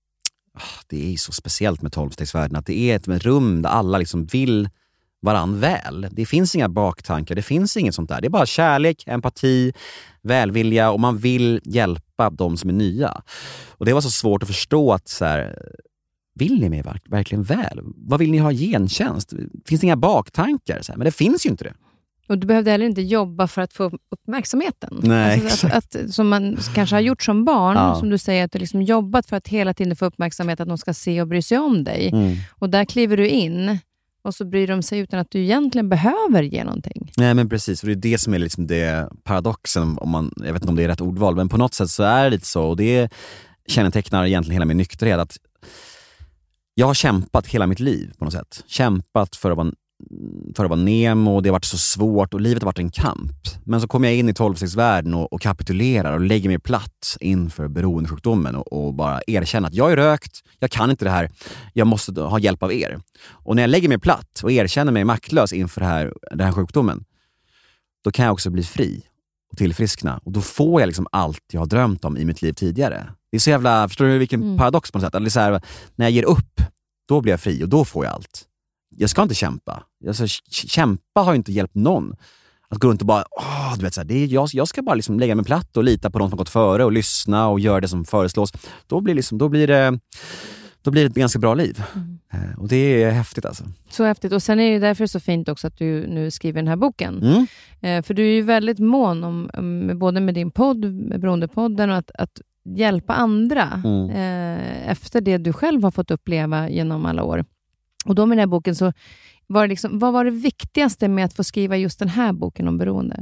det är så speciellt med 12-stegsvärlden, att det är ett rum där alla liksom vill varann väl. Det finns inga baktankar, det finns inget sånt där. Det är bara kärlek, empati, välvilja och man vill hjälpa de som är nya. Och det var så svårt att förstå att så här, vill ni mig verkligen väl? Vad vill ni ha gentjänst? Finns det inga baktankar? Så här, men det finns ju inte det. Och du behövde heller inte jobba för att få uppmärksamheten. Nej, alltså att som man kanske har gjort som barn, som du säger, att du liksom jobbat för att hela tiden få uppmärksamhet, att de ska se och bry sig om dig. Och där kliver du in och så bryr de sig utan att du egentligen behöver ge någonting. Nej, men precis. Och det är det som är liksom det paradoxen, jag vet inte om det är rätt ordval, men på något sätt så är det lite så. Och det kännetecknar egentligen hela min nykterhet, att jag har kämpat hela mitt liv på något sätt. Kämpat för att vara Nemo, och det har varit så svårt och livet har varit en kamp. Men så kommer jag in i 12-stegsvärlden och kapitulerar och lägger mig platt inför beroendesjukdomen och bara erkänner att jag är rökt, jag kan inte det här, jag måste ha hjälp av er. Och när jag lägger mig platt och erkänner mig maktlös inför den här sjukdomen, då kan jag också bli fri och tillfriskna. Och då får jag liksom allt jag har drömt om i mitt liv tidigare. Det är så jävla, förstår du vilken paradox på något sätt? Eller så här, när jag ger upp, då blir jag fri och då får jag allt. Jag ska inte kämpa. Alltså, kämpa har ju inte hjälpt någon. Att gå runt och bara, du vet, så här, jag ska bara liksom lägga mig platt och lita på de som har gått före och lyssna och göra det som föreslås. Då blir då blir det ett ganska bra liv. Och det är häftigt alltså. Så häftigt. Och sen är det därför så fint också att du nu skriver den här boken. För du är ju väldigt mån om både med din podd, med Beroendepodden, och att hjälpa andra efter det du själv har fått uppleva genom alla år. Och då med den här boken så var det liksom, vad var det viktigaste med att få skriva just den här boken om beroende?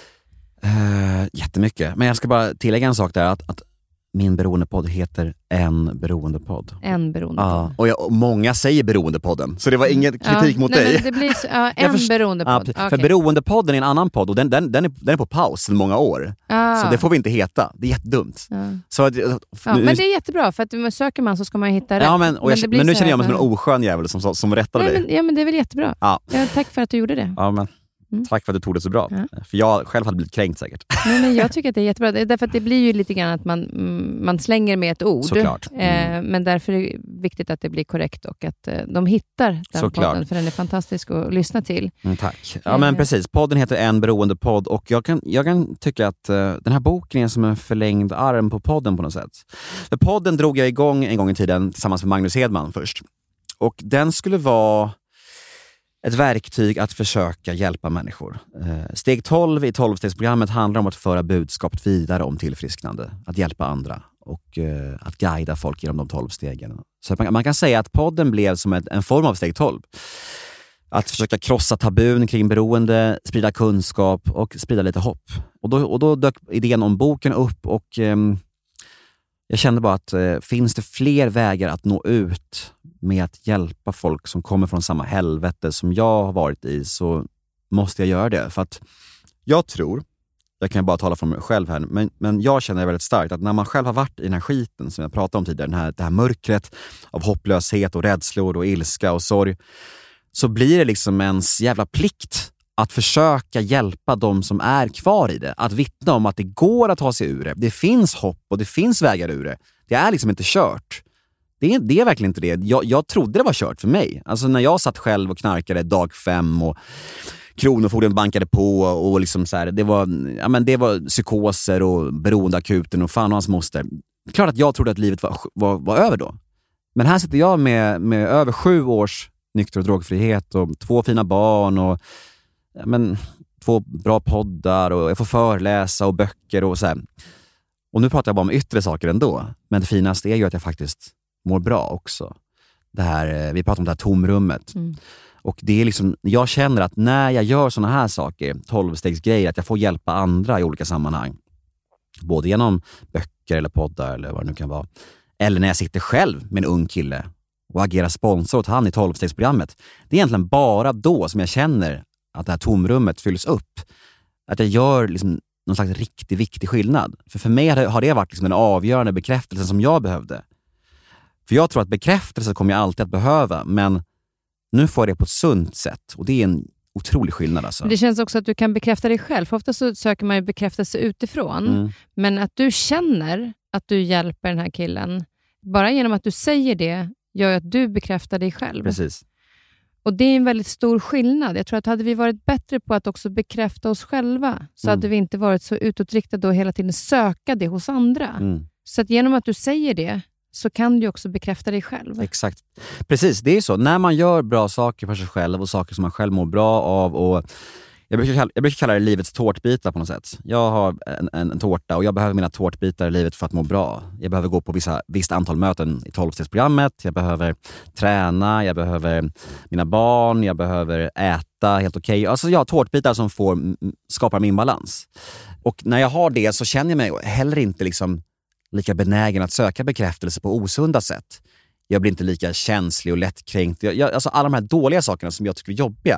Jättemycket. Men jag ska bara tillägga en sak där, att min beroendepodd heter En beroendepodd. En beroendepodd. Ja, och många säger beroendepodden, så det var ingen kritik mot dig. Men det blir så, en beroendepodd. Ja, för beroendepodden är en annan podd och den är på paus sedan många år. Så det får vi inte heta. Det är jättedumt. Så att, men det är jättebra, för att söker man så ska man hitta rätt. Ja, men nu känner jag mig som en oskön jävel som rättade dig. Men det är väl jättebra. Ja, tack för att du gjorde det. Ja, men tack för att du tog det så bra. För jag själv hade blivit kränkt säkert. Nej, men jag tycker att det är jättebra. Därför att det blir ju lite grann att man slänger med ett ord. Såklart. Men därför är det viktigt att det blir korrekt och att de hittar den podden. För den är fantastisk att lyssna till. Tack. Ja, men precis. Podden heter En beroendepodd. Och jag kan tycka att den här boken är som en förlängd arm på podden på något sätt. För podden drog jag igång en gång i tiden tillsammans med Magnus Hedman först. Och den skulle vara ett verktyg att försöka hjälpa människor. Steg 12 i 12-stegsprogrammet handlar om att föra budskapet vidare om tillfrisknande. Att hjälpa andra och att guida folk genom de 12 stegen. Så man kan säga att podden blev som en form av steg 12. Att försöka krossa tabun kring beroende, sprida kunskap och sprida lite hopp. Och då dök idén om boken upp och jag kände bara att finns det fler vägar att nå ut med att hjälpa folk som kommer från samma helvete som jag har varit i, så måste jag göra det. För att jag tror, jag kan bara tala för mig själv här, men jag känner väldigt starkt att när man själv har varit i den här skiten som jag pratade om tidigare, det här mörkret av hopplöshet och rädslor och ilska och sorg, så blir det liksom ens jävla plikt att försöka hjälpa de som är kvar i det. Att vittna om att det går att ta sig ur det. Det finns hopp och det finns vägar ur det. Det är liksom inte kört. Det är verkligen inte det. Jag trodde det var kört för mig. Alltså när jag satt själv och knarkade dag 5 och kronofogden bankade på och liksom så här, det var psykoser och beroendeakuten och fan och hans moster. Klart att jag trodde att livet var över då. Men här sitter jag med över 7 års nykter- och drogfrihet och 2 fina barn och 2 bra poddar och jag får föreläsa och böcker och så här. Och nu pratar jag bara om yttre saker ändå. Men det finaste är ju att jag faktiskt mår bra också. Vi pratar om det här tomrummet. Och det är liksom, jag känner att när jag gör såna här saker, 12-stegsgrejer, att jag får hjälpa andra i olika sammanhang. Både genom böcker eller poddar eller vad det nu kan vara. Eller när jag sitter själv med en ung kille och agerar sponsor åt han i 12-stegsprogrammet. Det är egentligen bara då som jag känner att det här tomrummet fylls upp. Att jag gör liksom någon slags riktigt viktig skillnad. För mig har det varit liksom den avgörande bekräftelsen som jag behövde. För jag tror att bekräftelse kommer jag alltid att behöva. Men nu får jag det på ett sunt sätt. Och det är en otrolig skillnad alltså. Det känns också att du kan bekräfta dig själv. För ofta så söker man ju bekräftelse utifrån. Men att du känner att du hjälper den här killen. Bara genom att du säger det gör att du bekräftar dig själv. Precis. Och det är en väldigt stor skillnad. Jag tror att hade vi varit bättre på att också bekräfta oss själva, så hade vi inte varit så utåtriktade och hela tiden söka det hos andra. Så att genom att du säger det så kan du också bekräfta dig själv. Exakt. Precis, det är så. När man gör bra saker för sig själv och saker som man själv mår bra av och jag brukar kalla det livets tårtbitar på något sätt. Jag har en tårta och jag behöver mina tårtbitar i livet för att må bra. Jag behöver gå på visst antal möten i 12-stegsprogrammet. Jag behöver träna, jag behöver mina barn, jag behöver äta helt okej. Alltså jag har tårtbitar som skapar min balans. Och när jag har det så känner jag mig heller inte liksom lika benägen att söka bekräftelse på osunda sätt. Jag blir inte lika känslig och lättkränkt. Alltså alla de här dåliga sakerna som jag tycker är jobbiga,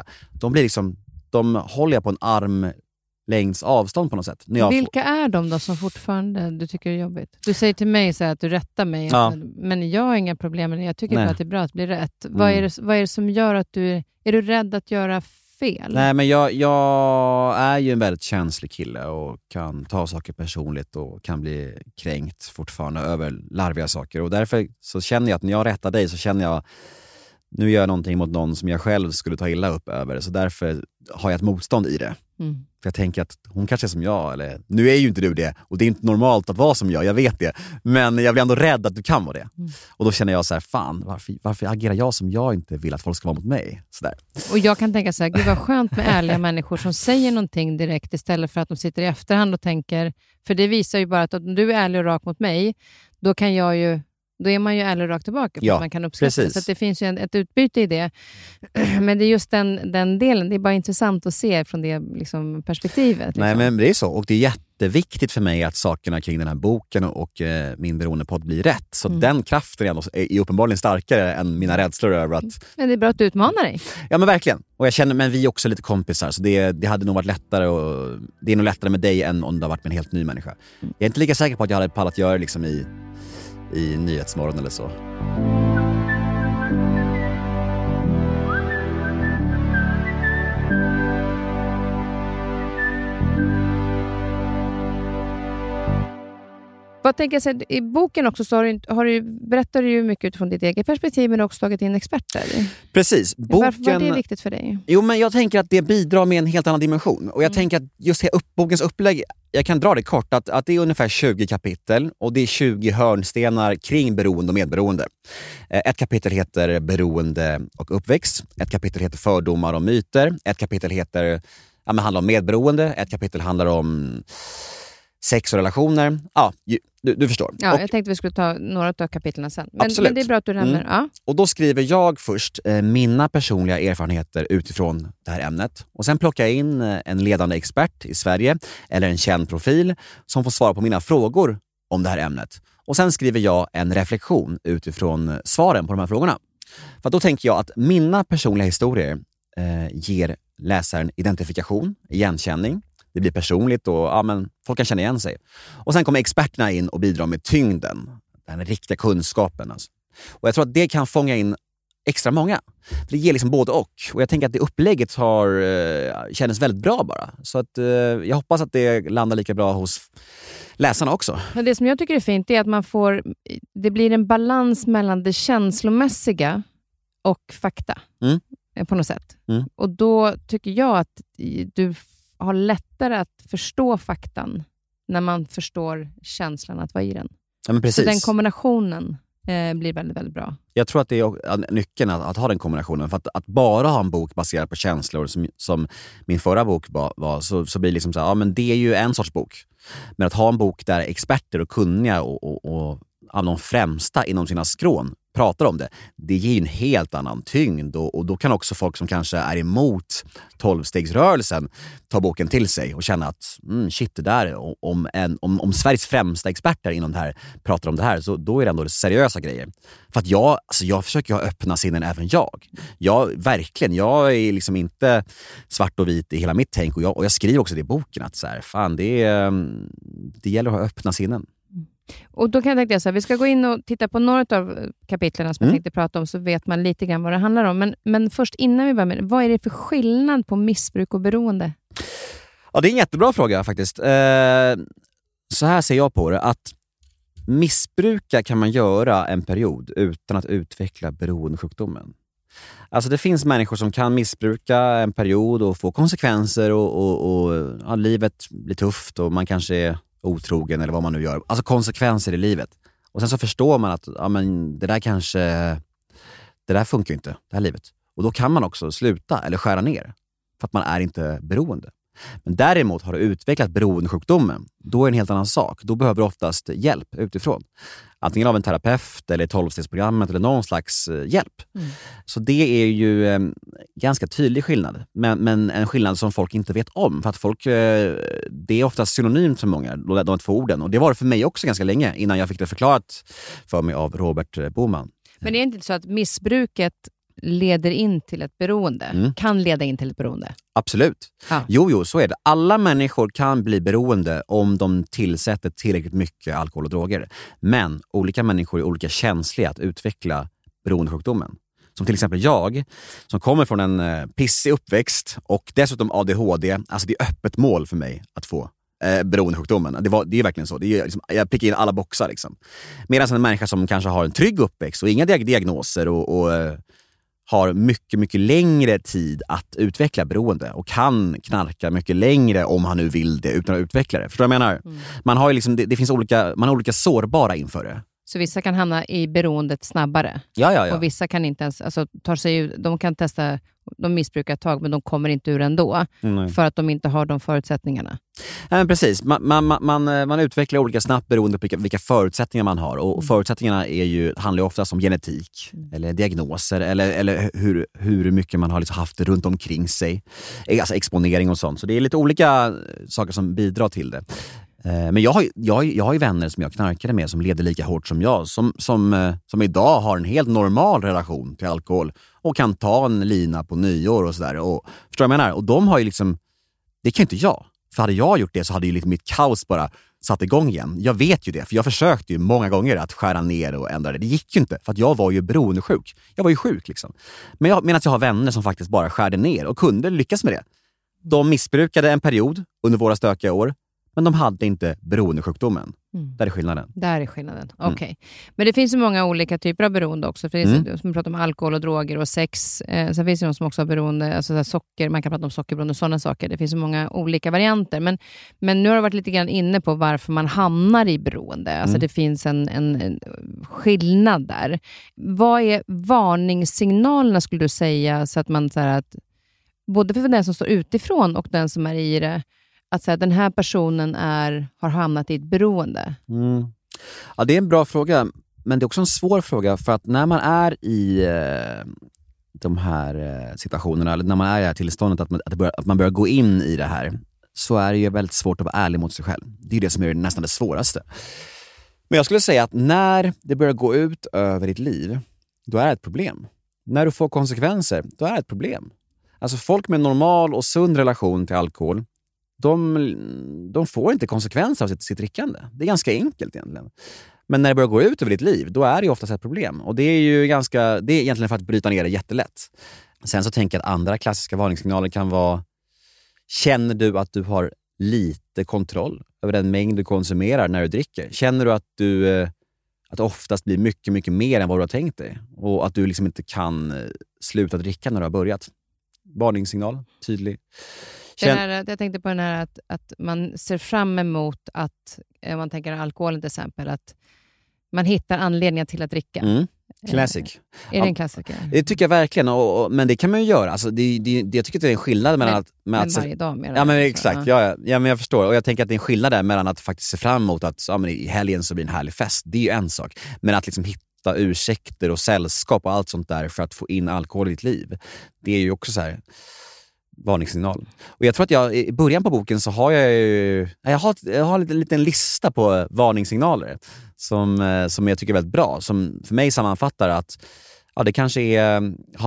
de håller jag på en armlängds avstånd på något sätt. Vilka är de då som fortfarande du tycker är jobbigt? Du säger till mig så här att du rättar mig. Ja. Men jag har inga problem med det. Jag tycker bara att det är bra att bli rätt. Vad är det som gör att är du rädd att göra fel? Nej, men jag är ju en väldigt känslig kille och kan ta saker personligt och kan bli kränkt fortfarande över larviga saker. Och därför så känner jag att när jag rättar dig så känner jag nu gör jag någonting mot någon som jag själv skulle ta illa upp över. Så därför har jag ett motstånd i det. För jag tänker att hon kanske är som jag, eller nu är ju inte du det, och det är inte normalt att vara som jag vet det, men jag blir ändå rädd att du kan vara det. Och då känner jag så här, fan, varför agerar jag som jag inte vill att folk ska vara mot mig? Så där. Och jag kan tänka så här, gud vad skönt med ärliga människor som säger någonting direkt istället för att de sitter i efterhand och tänker, för det visar ju bara att om du är ärlig och rak mot mig, då är man ju ärlig och rakt tillbaka för att man kan uppskatta det. Så att det finns ju ett utbyte i det. Men det är just den delen, det är bara intressant att se från det liksom, perspektivet. Liksom. Nej, men det är så. Och det är jätteviktigt för mig att sakerna kring den här boken och min beroendepodd blir rätt. Så den kraften är uppenbarligen starkare än mina rädslor över att... Men det är bra att du utmanar dig. Ja, men verkligen. Och jag känner, men vi är också lite kompisar. Så det hade nog varit lättare. Och det är nog lättare med dig än om det har varit med en helt ny människa. Jag är inte lika säker på att jag hade pallat göra liksom i Nyhetsmorgon eller så. Vad tänker jag säga, i boken också så berättar du ju mycket utifrån ditt eget perspektiv, men också tagit in experter. Precis. Varför är det viktigt för dig? Jo, men jag tänker att det bidrar med en helt annan dimension. Och jag tänker att just bokens upplägg, jag kan dra det kort, att det är ungefär 20 kapitel och det är 20 hörnstenar kring beroende och medberoende. Ett kapitel heter beroende och uppväxt. Ett kapitel heter fördomar och myter. Ett kapitel handlar om medberoende. Ett kapitel handlar om sex och relationer. Ja, du förstår. Ja, jag tänkte vi skulle ta några av kapitlarna sen. Men det är bra att du nämner. Ja. Och då skriver jag först mina personliga erfarenheter utifrån det här ämnet. Och sen plockar jag in en ledande expert i Sverige eller en känd profil som får svara på mina frågor om det här ämnet. Och sen skriver jag en reflektion utifrån svaren på de här frågorna. För då tänker jag att mina personliga historier ger läsaren identifikation, igenkänning. Det blir personligt och folk kan känna igen sig. Och sen kommer experterna in och bidrar med tyngden. Den riktiga kunskapen. Alltså. Och jag tror att det kan fånga in extra många. För det ger liksom både och. Och jag tänker att det upplägget kändes väldigt bra bara. Så att jag hoppas att det landar lika bra hos läsarna också. Men det som jag tycker är fint är att det blir en balans mellan det känslomässiga och fakta. På något sätt. Och då tycker jag att du har lättare att förstå faktan när man förstår känslan att vara i den. Ja, men precis. Så den kombinationen blir väldigt, väldigt bra. Jag tror att det är nyckeln att ha den kombinationen. För att bara ha en bok baserad på känslor som min förra bok var så blir det liksom så här, men det är ju en sorts bok. Men att ha en bok där experter och kunniga och de främsta inom sina skrån pratar om det ger ju en helt annan tyngd och då kan också folk som kanske är emot 12-stegsrörelsen ta boken till sig och känna att shit, det där om Sveriges främsta experter inom det här pratar om det här, så då är det ändå seriösa grejer. För att jag försöker ha öppna sinnen även jag är liksom inte svart och vit i hela mitt tänk och jag skriver också det i boken att så här, fan, det gäller att ha öppna sinnen. Och då kan jag tänka så här, vi ska gå in och titta på några av kapitlerna som jag tänkte prata om, så vet man lite grann vad det handlar om. Men först innan vi börjar med det, vad är det för skillnad på missbruk och beroende? Ja, det är en jättebra fråga faktiskt. Så här ser jag på det, att missbruka kan man göra en period utan att utveckla beroendesjukdomen. Alltså det finns människor som kan missbruka en period och få konsekvenser och livet blir tufft och man kanske är otrogen eller vad man nu gör. Alltså konsekvenser i livet. Och sen så förstår man att det där funkar ju inte, det här livet. Och då kan man också sluta eller skära ner. För att man är inte beroende. Men däremot har du utvecklat beroendesjukdomen, då är det en helt annan sak. Då behöver du oftast hjälp utifrån. Antingen av en terapeut eller 12-stegsprogrammet eller någon slags hjälp. Så det är ju ganska tydlig skillnad. Men en skillnad som folk inte vet om. För att det är oftast synonymt för många, de två orden. Och det var det för mig också ganska länge innan jag fick det förklarat för mig av Robert Boman. Men det är inte så att missbruket leder in till ett beroende? Kan leda in till ett beroende? Absolut. Ja. Jo, så är det. Alla människor kan bli beroende om de tillsätter tillräckligt mycket alkohol och droger. Men olika människor är olika känsliga att utveckla beroendesjukdomen. Som till exempel jag, som kommer från en pissig uppväxt och dessutom ADHD. Alltså det är öppet mål för mig att få beroendesjukdomen. Det är verkligen så. Det är liksom, jag prickar in alla boxar. Liksom. Medan en människa som kanske har en trygg uppväxt och inga diagnoser och har mycket, mycket längre tid att utveckla beroende och kan knarka mycket längre om han nu vill det utan att utveckla det. Förstår du vad jag menar? Man har ju liksom, det finns man har olika sårbara inför det. Så vissa kan hamna i beroendet snabbare. Ja. Och vissa kan inte ens, alltså, tar sig ur, de kan testa, de missbrukar ett tag men de kommer inte ur ändå. För att de inte har de förutsättningarna. Ja, precis. Man utvecklar olika snabbt beroende på vilka förutsättningar man har. Och förutsättningarna handlar ju oftast om genetik eller diagnoser eller hur mycket man har liksom haft runt omkring sig. Alltså exponering och sånt. Så det är lite olika saker som bidrar till det. Men jag har ju vänner som jag knarkade med som leder lika hårt som jag. Som idag har en helt normal relation till alkohol. Och kan ta en lina på nyår och sådär. Förstår du vad jag menar? Och de har ju liksom, det kan ju inte jag. För hade jag gjort det så hade ju liksom mitt kaos bara satt igång igen. Jag vet ju det, för jag försökte ju många gånger att skära ner och ändra det. Det gick ju inte, för att jag var ju beroendesjuk. Jag var ju sjuk liksom. Men jag har vänner som faktiskt bara skärde ner och kunde lyckas med det. De missbrukade en period under våra stökiga år, men de hade inte beroendesjukdomen. Där är skillnaden. Okej. Men det finns ju många olika typer av beroende också. För det är som pratar om alkohol och droger och sex. Sen finns det de som också har beroende, alltså socker, man kan prata om sockerberoende och sådana saker. Det finns så många olika varianter. Men nu har det varit lite grann inne på varför man hamnar i beroende. Alltså det finns en skillnad där. Vad är varningssignalerna skulle du säga, så att man så här, att både för den som står utifrån och den som är i det, att säga att den här personen har hamnat i ett beroende? Ja, det är en bra fråga. Men det är också en svår fråga. För att när man är i de här situationerna, eller när man är i det här tillståndet att man börjar gå in i det här, så är det ju väldigt svårt att vara ärlig mot sig själv. Det är det som är nästan det svåraste. Men jag skulle säga att när det börjar gå ut över ditt liv, då är det ett problem. När du får konsekvenser, då är det ett problem. Alltså folk med normal och sund relation till alkohol, de får inte konsekvenser av sitt drickande. Det är ganska enkelt egentligen. Men när det börjar gå ut över ditt liv, då är det ju oftast ett problem. Och det är egentligen för att bryta ner det jättelätt. Sen så tänker jag att andra klassiska varningssignaler kan vara: känner du att du har lite kontroll över den mängd du konsumerar när du dricker? Känner du att att det oftast blir mycket, mycket mer än vad du har tänkt dig? Och att du liksom inte kan sluta dricka när du har börjat? Varningssignal, tydlig. Jag tänkte på den här att man ser fram emot att, om man tänker alkoholen till exempel, att man hittar anledningar till att dricka. Classic. Är det en klassiker? Det tycker jag verkligen, men det kan man ju göra. Alltså, jag tycker att det är en skillnad mellan men varje dag mer. Ja, men exakt. Ja, men jag förstår. Och jag tänker att det är en skillnad där mellan att faktiskt se fram emot att men i helgen så blir det en härlig fest. Det är ju en sak. Men att liksom hitta ursäkter och sällskap och allt sånt där för att få in alkohol i ditt liv, det är ju också så här varningssignal. Och jag tror att i början på boken så har jag har en liten lista på varningssignaler som jag tycker är väldigt bra, som för mig sammanfattar att det kanske är,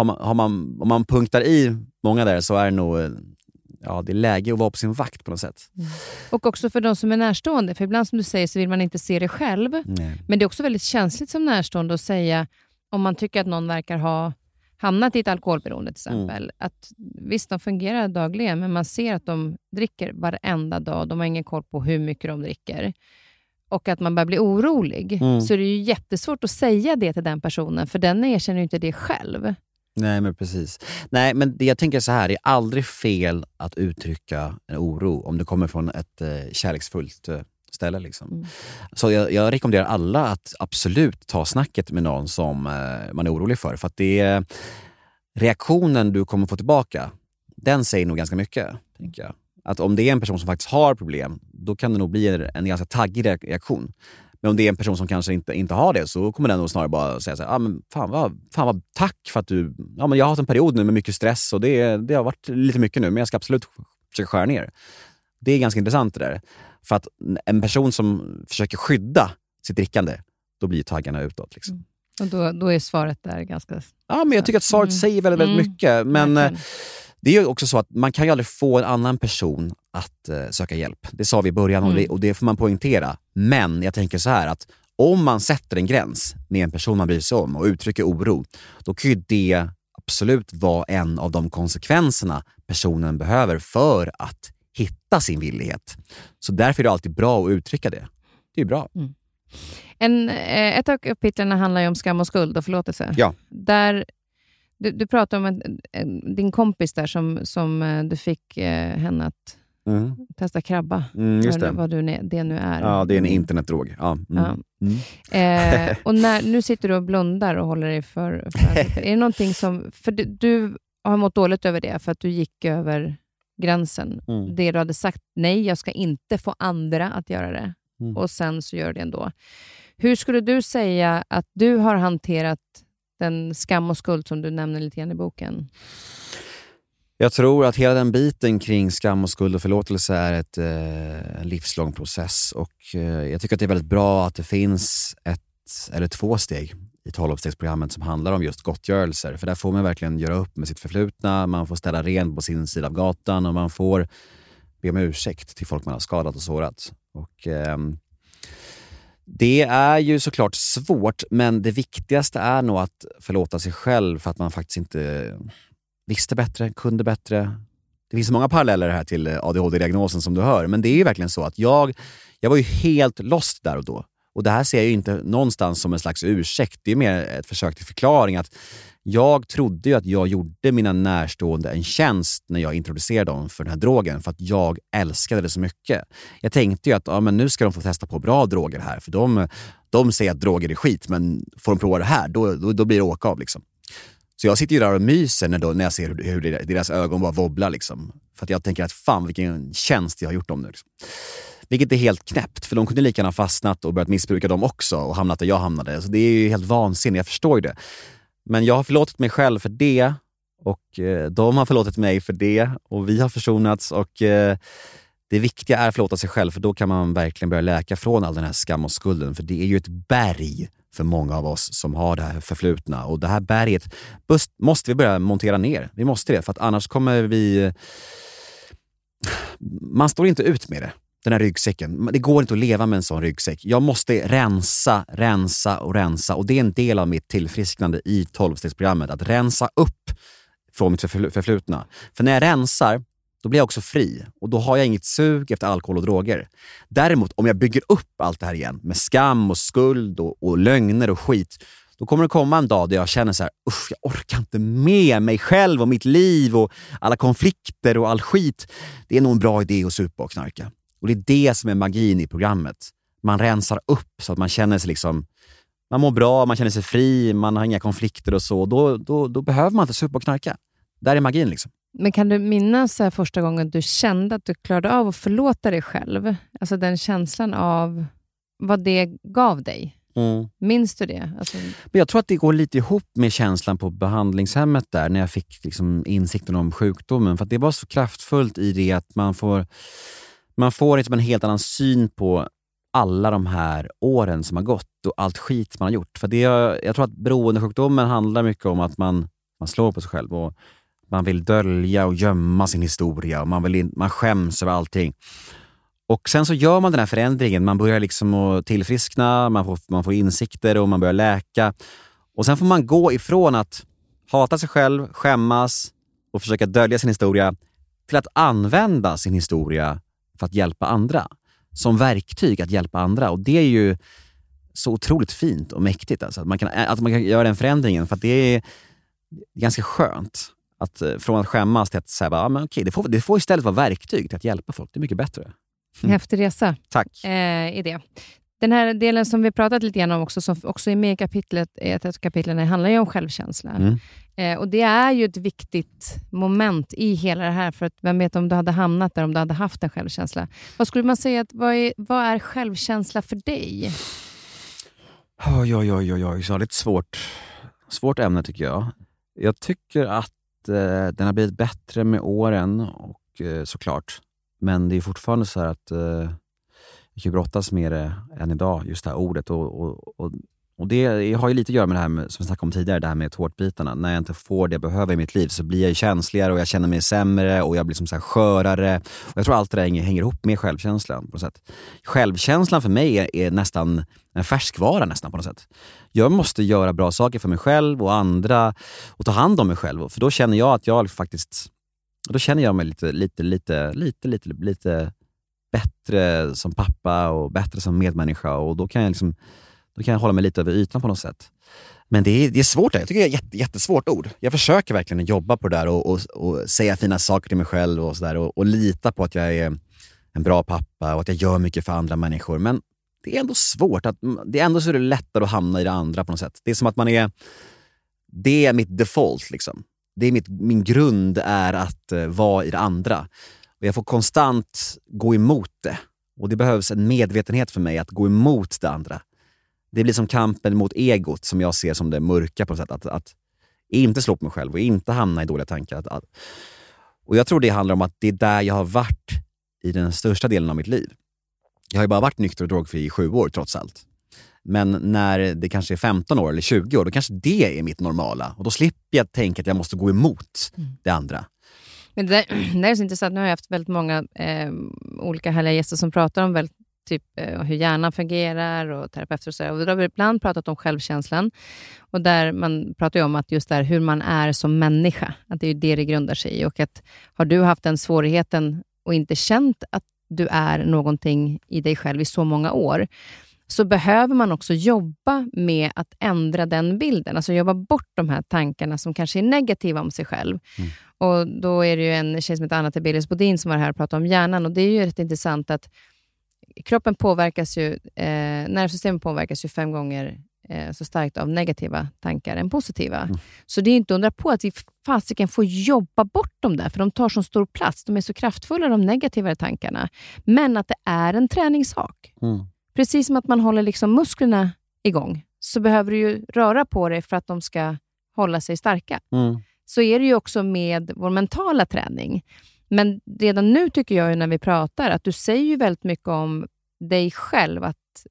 om man punktar i många där, så är det nog det är läge att vara på sin vakt på något sätt. Och också för de som är närstående, för ibland som du säger så vill man inte se det själv. Men det är också väldigt känsligt som närstående att säga, om man tycker att någon verkar ha hamnat i ett alkoholberoende till exempel, att visst, de fungerar dagligen, men man ser att de dricker varenda dag, de har ingen koll på hur mycket de dricker, och att man börjar bli orolig, så är det ju jättesvårt att säga det till den personen, för den erkänner ju inte det själv. Nej, men precis. Nej, men jag tänker så här, det är aldrig fel att uttrycka en oro om det kommer från ett kärleksfullt ställe liksom. Så jag rekommenderar alla att absolut ta snacket med någon som man är orolig för att det är reaktionen du kommer få tillbaka, den säger nog ganska mycket, tänker jag. Att om det är en person som faktiskt har problem, då kan det nog bli en ganska taggig reaktion. Men om det är en person som kanske inte har det, så kommer den nog snarare bara säga så här, men fan vad tack för att du, men jag har haft en period nu med mycket stress och det har varit lite mycket nu, men jag ska absolut försöka skära ner. Det är ganska intressant det där. För att en person som försöker skydda sitt drickande, då blir taggarna utåt liksom. Och då är svaret där ganska... Ja, men jag tycker att svaret säger väldigt, väldigt mycket. Men det är ju också så att man kan ju aldrig få en annan person att söka hjälp. Det sa vi i början och det får man poängtera. Men jag tänker så här, att om man sätter en gräns med en person man bryr sig om och uttrycker oro, då kan ju det absolut vara en av de konsekvenserna personen behöver för att hitta sin villighet. Så därför är det alltid bra att uttrycka det. Det är bra. Ett av kapitlerna handlar ju om skam och skuld och förlåtelse. Ja. Där Du pratade om din kompis där som du fick henne att testa krabba. Just det. Vad det nu är. Ja, det är en internetdrog. Ja. Och nu sitter du och blundar och håller dig för är det någonting som... För du har mått dåligt över det för att du gick över gränsen. Det du hade sagt, nej, jag ska inte få andra att göra det. Och sen så gör det ändå. Hur skulle du säga att du har hanterat den skam och skuld som du nämner lite grann i boken? Jag tror att hela den biten kring skam och skuld och förlåtelse är en livslång process. Och jag tycker att det är väldigt bra att det finns 1 eller 2 steg i 12-stegsprogrammet som handlar om just gottgörelser. För där får man verkligen göra upp med sitt förflutna. Man får ställa rent på sin sida av gatan och man får be om ursäkt till folk man har skadat och sårat. Och det är ju såklart svårt, men det viktigaste är nog att förlåta sig själv för att man faktiskt inte visste bättre, kunde bättre. Det finns många paralleller här till ADHD-diagnosen som du hör, men det är ju verkligen så att jag var ju helt lost där och då. Och det här ser jag ju inte någonstans som en slags ursäkt. Det är mer ett försök till förklaring att jag trodde ju att jag gjorde mina närstående en tjänst när jag introducerade dem för den här drogen, för att jag älskade det så mycket. Jag tänkte ju att men nu ska de få testa på bra droger här, för de säger att droger är skit, men får de prova det här, då blir det åka av liksom. Så jag sitter ju där och myser när jag ser hur deras ögon bara wobblar liksom. För att jag tänker att fan vilken tjänst jag har gjort dem nu liksom. Vilket är helt knäppt, för de kunde lika gärna fastnat och börjat missbruka dem också och hamnat där jag hamnade. Så det är ju helt vansinnigt, jag förstår ju det. Men jag har förlåtit mig själv för det och de har förlåtit mig för det och vi har försonats och det viktiga är att förlåta sig själv, för då kan man verkligen börja läka från all den här skam och skulden, för det är ju ett berg för många av oss som har det här förflutna, och det här berget måste vi börja montera ner. Vi måste det, för att annars kommer man står inte ut med det. Den här ryggsäcken. Det går inte att leva med en sån ryggsäck. Jag måste rensa, och det är en del av mitt tillfrisknande i 12-stegsprogrammet. Att rensa upp från mitt förflutna. För när jag rensar, då blir jag också fri. Och då har jag inget sug efter alkohol och droger. Däremot, om jag bygger upp allt det här igen med skam och skuld och lögner och skit, då kommer det komma en dag där jag känner så här: usch, jag orkar inte med mig själv och mitt liv och alla konflikter och all skit. Det är nog en bra idé att supa och knarka. Och det är det som är magin i programmet. Man rensar upp så att man känner sig liksom, man mår bra, man känner sig fri, man har inga konflikter och så. Då behöver man inte supa och knarka. Där är magin liksom. Men kan du minnas första gången du kände att du klarade av att förlåta dig själv? Alltså den känslan av vad det gav dig. Minns du det? Alltså... Men jag tror att det går lite ihop med känslan på behandlingshemmet där, när jag fick liksom insikten om sjukdomen. För att det var så kraftfullt i det att man får liksom en helt annan syn på alla de här åren som har gått och allt skit man har gjort. För jag tror att beroendesjukdomen handlar mycket om att man slår på sig själv och man vill dölja och gömma sin historia och man skäms över allting. Och sen så gör man den här förändringen. Man börjar liksom att tillfriskna, man får insikter och man börjar läka. Och sen får man gå ifrån att hata sig själv, skämmas och försöka dölja sin historia till att använda sin historia för att hjälpa andra. Som verktyg att hjälpa andra. Och det är ju så otroligt fint och mäktigt. Alltså, att man kan göra den förändringen. För att det är ganska skönt. Att från att skämmas till att säga, men okej, det får istället vara verktyg till att hjälpa folk. Det är mycket bättre. Häftig resa. Tack. I det. Den här delen som vi pratat lite grann om också, som också är med i kapitlet, ett kapitel, handlar ju om självkänsla. Och det är ju ett viktigt moment i hela det här, för att vem vet om du hade hamnat där, om du hade haft en självkänsla. Vad skulle man säga, att vad är självkänsla för dig? Oj. Så det är ett svårt ämne tycker jag. Jag tycker att den har blivit bättre med åren och såklart. Men det är fortfarande så här att jag kan brottas med det än idag, just det här ordet. Och det har ju lite att göra med det här med, som vi snackade om tidigare, det här med tårtbitarna. När jag inte får det jag behöver i mitt liv så blir jag känsligare och jag känner mig sämre och jag blir som så här skörare. Och jag tror allt det där hänger ihop med självkänslan på något sätt. Självkänslan för mig är nästan en färskvara nästan på något sätt. Jag måste göra bra saker för mig själv och andra och ta hand om mig själv. För då känner jag att jag faktiskt... Då känner jag mig lite bättre som pappa och bättre som medmänniska. Och då kan jag liksom... Då kan jag hålla mig lite över ytan på något sätt. Men det är svårt. Jag tycker det är ett jättesvårt ord. Jag försöker verkligen jobba på det där och säga fina saker till mig själv och sådär. Och lita på att jag är en bra pappa och att jag gör mycket för andra människor. Men det är ändå svårt. Det är ändå så är det lättare att hamna i det andra på något sätt. Det är som att det är mitt default liksom. Det är min grund är att vara i det andra. Och jag får konstant gå emot det. Och det behövs en medvetenhet för mig att gå emot det andra. Det blir som kampen mot egot som jag ser som det mörka på något sätt. Att inte slå på mig själv och inte hamna i dåliga tankar. Och jag tror det handlar om att det är där jag har varit i den största delen av mitt liv. Jag har ju bara varit nykter och drogfri i 7 år trots allt. Men när det kanske är 15 år eller 20 år, då kanske det är mitt normala. Och då slipper jag tänka att jag måste gå emot det andra. Men det är så intressant. Nu har jag haft väldigt många olika härliga gäster som pratar om väldigt typ hur hjärnan fungerar och terapeuter och så. Och då har vi ibland pratat om självkänslan. Och där man pratar ju om att just där hur man är som människa. Att det är det grundar sig i. Och att har du haft den svårigheten och inte känt att du är någonting i dig själv i så många år, så behöver man också jobba med att ändra den bilden. Alltså jobba bort de här tankarna som kanske är negativa om sig själv. Och då är det ju en tjej som heter Anna Tibelius Bodin som var här och pratade om hjärnan. Och det är ju rätt intressant att kroppen påverkas ju, nervsystemet påverkas ju 5 gånger så starkt av negativa tankar än positiva. Så det är inte undra på att vi fasiken får jobba bort dem där, för de tar så stor plats. De är så kraftfulla, de negativa tankarna. Men att det är en träningssak. Precis som att man håller liksom musklerna igång, så behöver du ju röra på dig för att de ska hålla sig starka. Så är det ju också med vår mentala träning. Men redan nu tycker jag ju när vi pratar att du säger ju väldigt mycket om dig själv,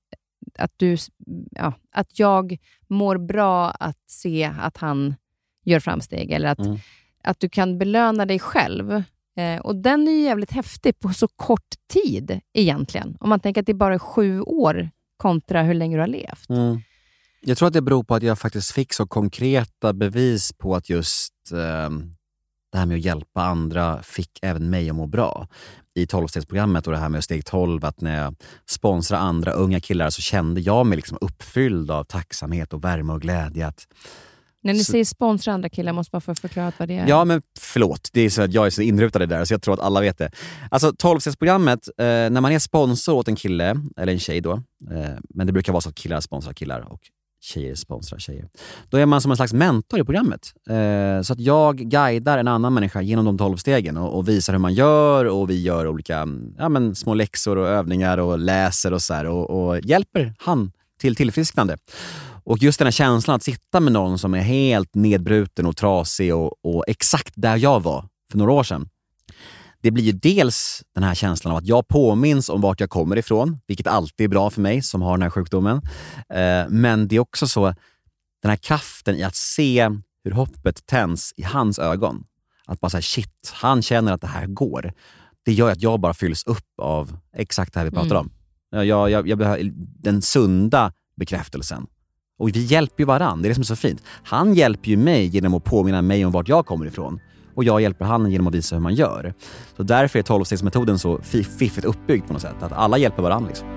att jag mår bra att se att han gör framsteg, eller att du kan belöna dig själv. Och den är ju jävligt häftig på så kort tid egentligen. Om man tänker att det är bara 7 år kontra hur länge du har levt. Jag tror att det beror på att jag faktiskt fick så konkreta bevis på att just det här med att hjälpa andra fick även mig att må bra. I 12-stegsprogrammet och det här med steg 12, att när jag sponsrar andra unga killar så kände jag mig liksom uppfylld av tacksamhet och värme och glädje. När ni säger sponsra andra killar, måste bara få förklara vad det är. Ja, men förlåt. Det är så att jag är så inrutad i det där, så jag tror att alla vet det. Alltså 12-stegsprogrammet, när man är sponsor åt en kille, eller en tjej då, men det brukar vara så att killar sponsrar killar och tjejer sponsrar tjejer. Då är man som en slags mentor i programmet. Så att jag guidar en annan människa genom de 12 stegen och visar hur man gör, och vi gör olika små läxor och övningar och läser och så här, och hjälper han till tillfrisknande. Och just den här känslan att sitta med någon som är helt nedbruten och trasig och exakt där jag var för några år sedan. Det blir ju dels den här känslan av att jag påminns om vart jag kommer ifrån, vilket alltid är bra för mig som har den här sjukdomen. Men det är också så den här kraften i att se hur hoppet tänds i hans ögon. Att bara säga shit, han känner att det här går. Det gör att jag bara fylls upp av exakt det här vi pratar om. Jag behöver den sunda bekräftelsen. Och vi hjälper ju varandra, det är det som är så fint. Han hjälper ju mig genom att påminna mig om vart jag kommer ifrån. Och jag hjälper han genom att visa hur man gör. Så därför är 12-stegsmetoden så fiffigt uppbyggd på något sätt. Att alla hjälper varandra liksom.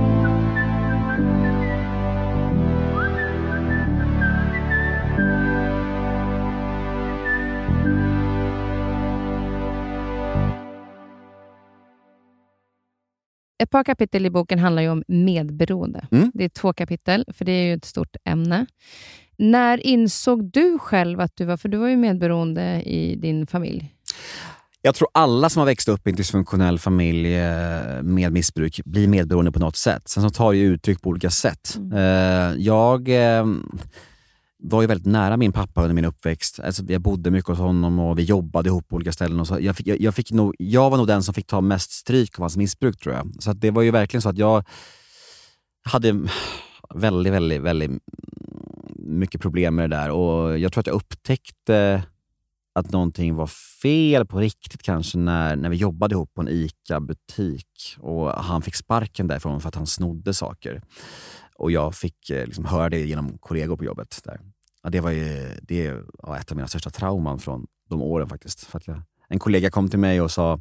Ett par kapitel i boken handlar ju om medberoende. Det är 2 kapitel, för det är ju ett stort ämne. När insåg du själv att du var, för du var ju medberoende i din familj? Jag tror alla som har växt upp i en dysfunktionell familj med missbruk blir medberoende på något sätt. Sen så tar det uttryck på olika sätt. Jag var ju väldigt nära min pappa under min uppväxt. Alltså, jag bodde mycket hos honom och vi jobbade ihop på olika ställen. Och så jag var nog den som fick ta mest stryk av hans missbruk, tror jag. Så att det var ju verkligen så att jag hade väldigt, väldigt, väldigt mycket problem med det där. Och jag tror att jag upptäckte att någonting var fel på riktigt kanske när vi jobbade ihop på en ICA-butik. Och han fick sparken därifrån för att han snodde saker. Och jag fick liksom höra det genom kollegor på jobbet där. Ja, det är ett av mina största trauman från de åren faktiskt. För att en kollega kom till mig och sa: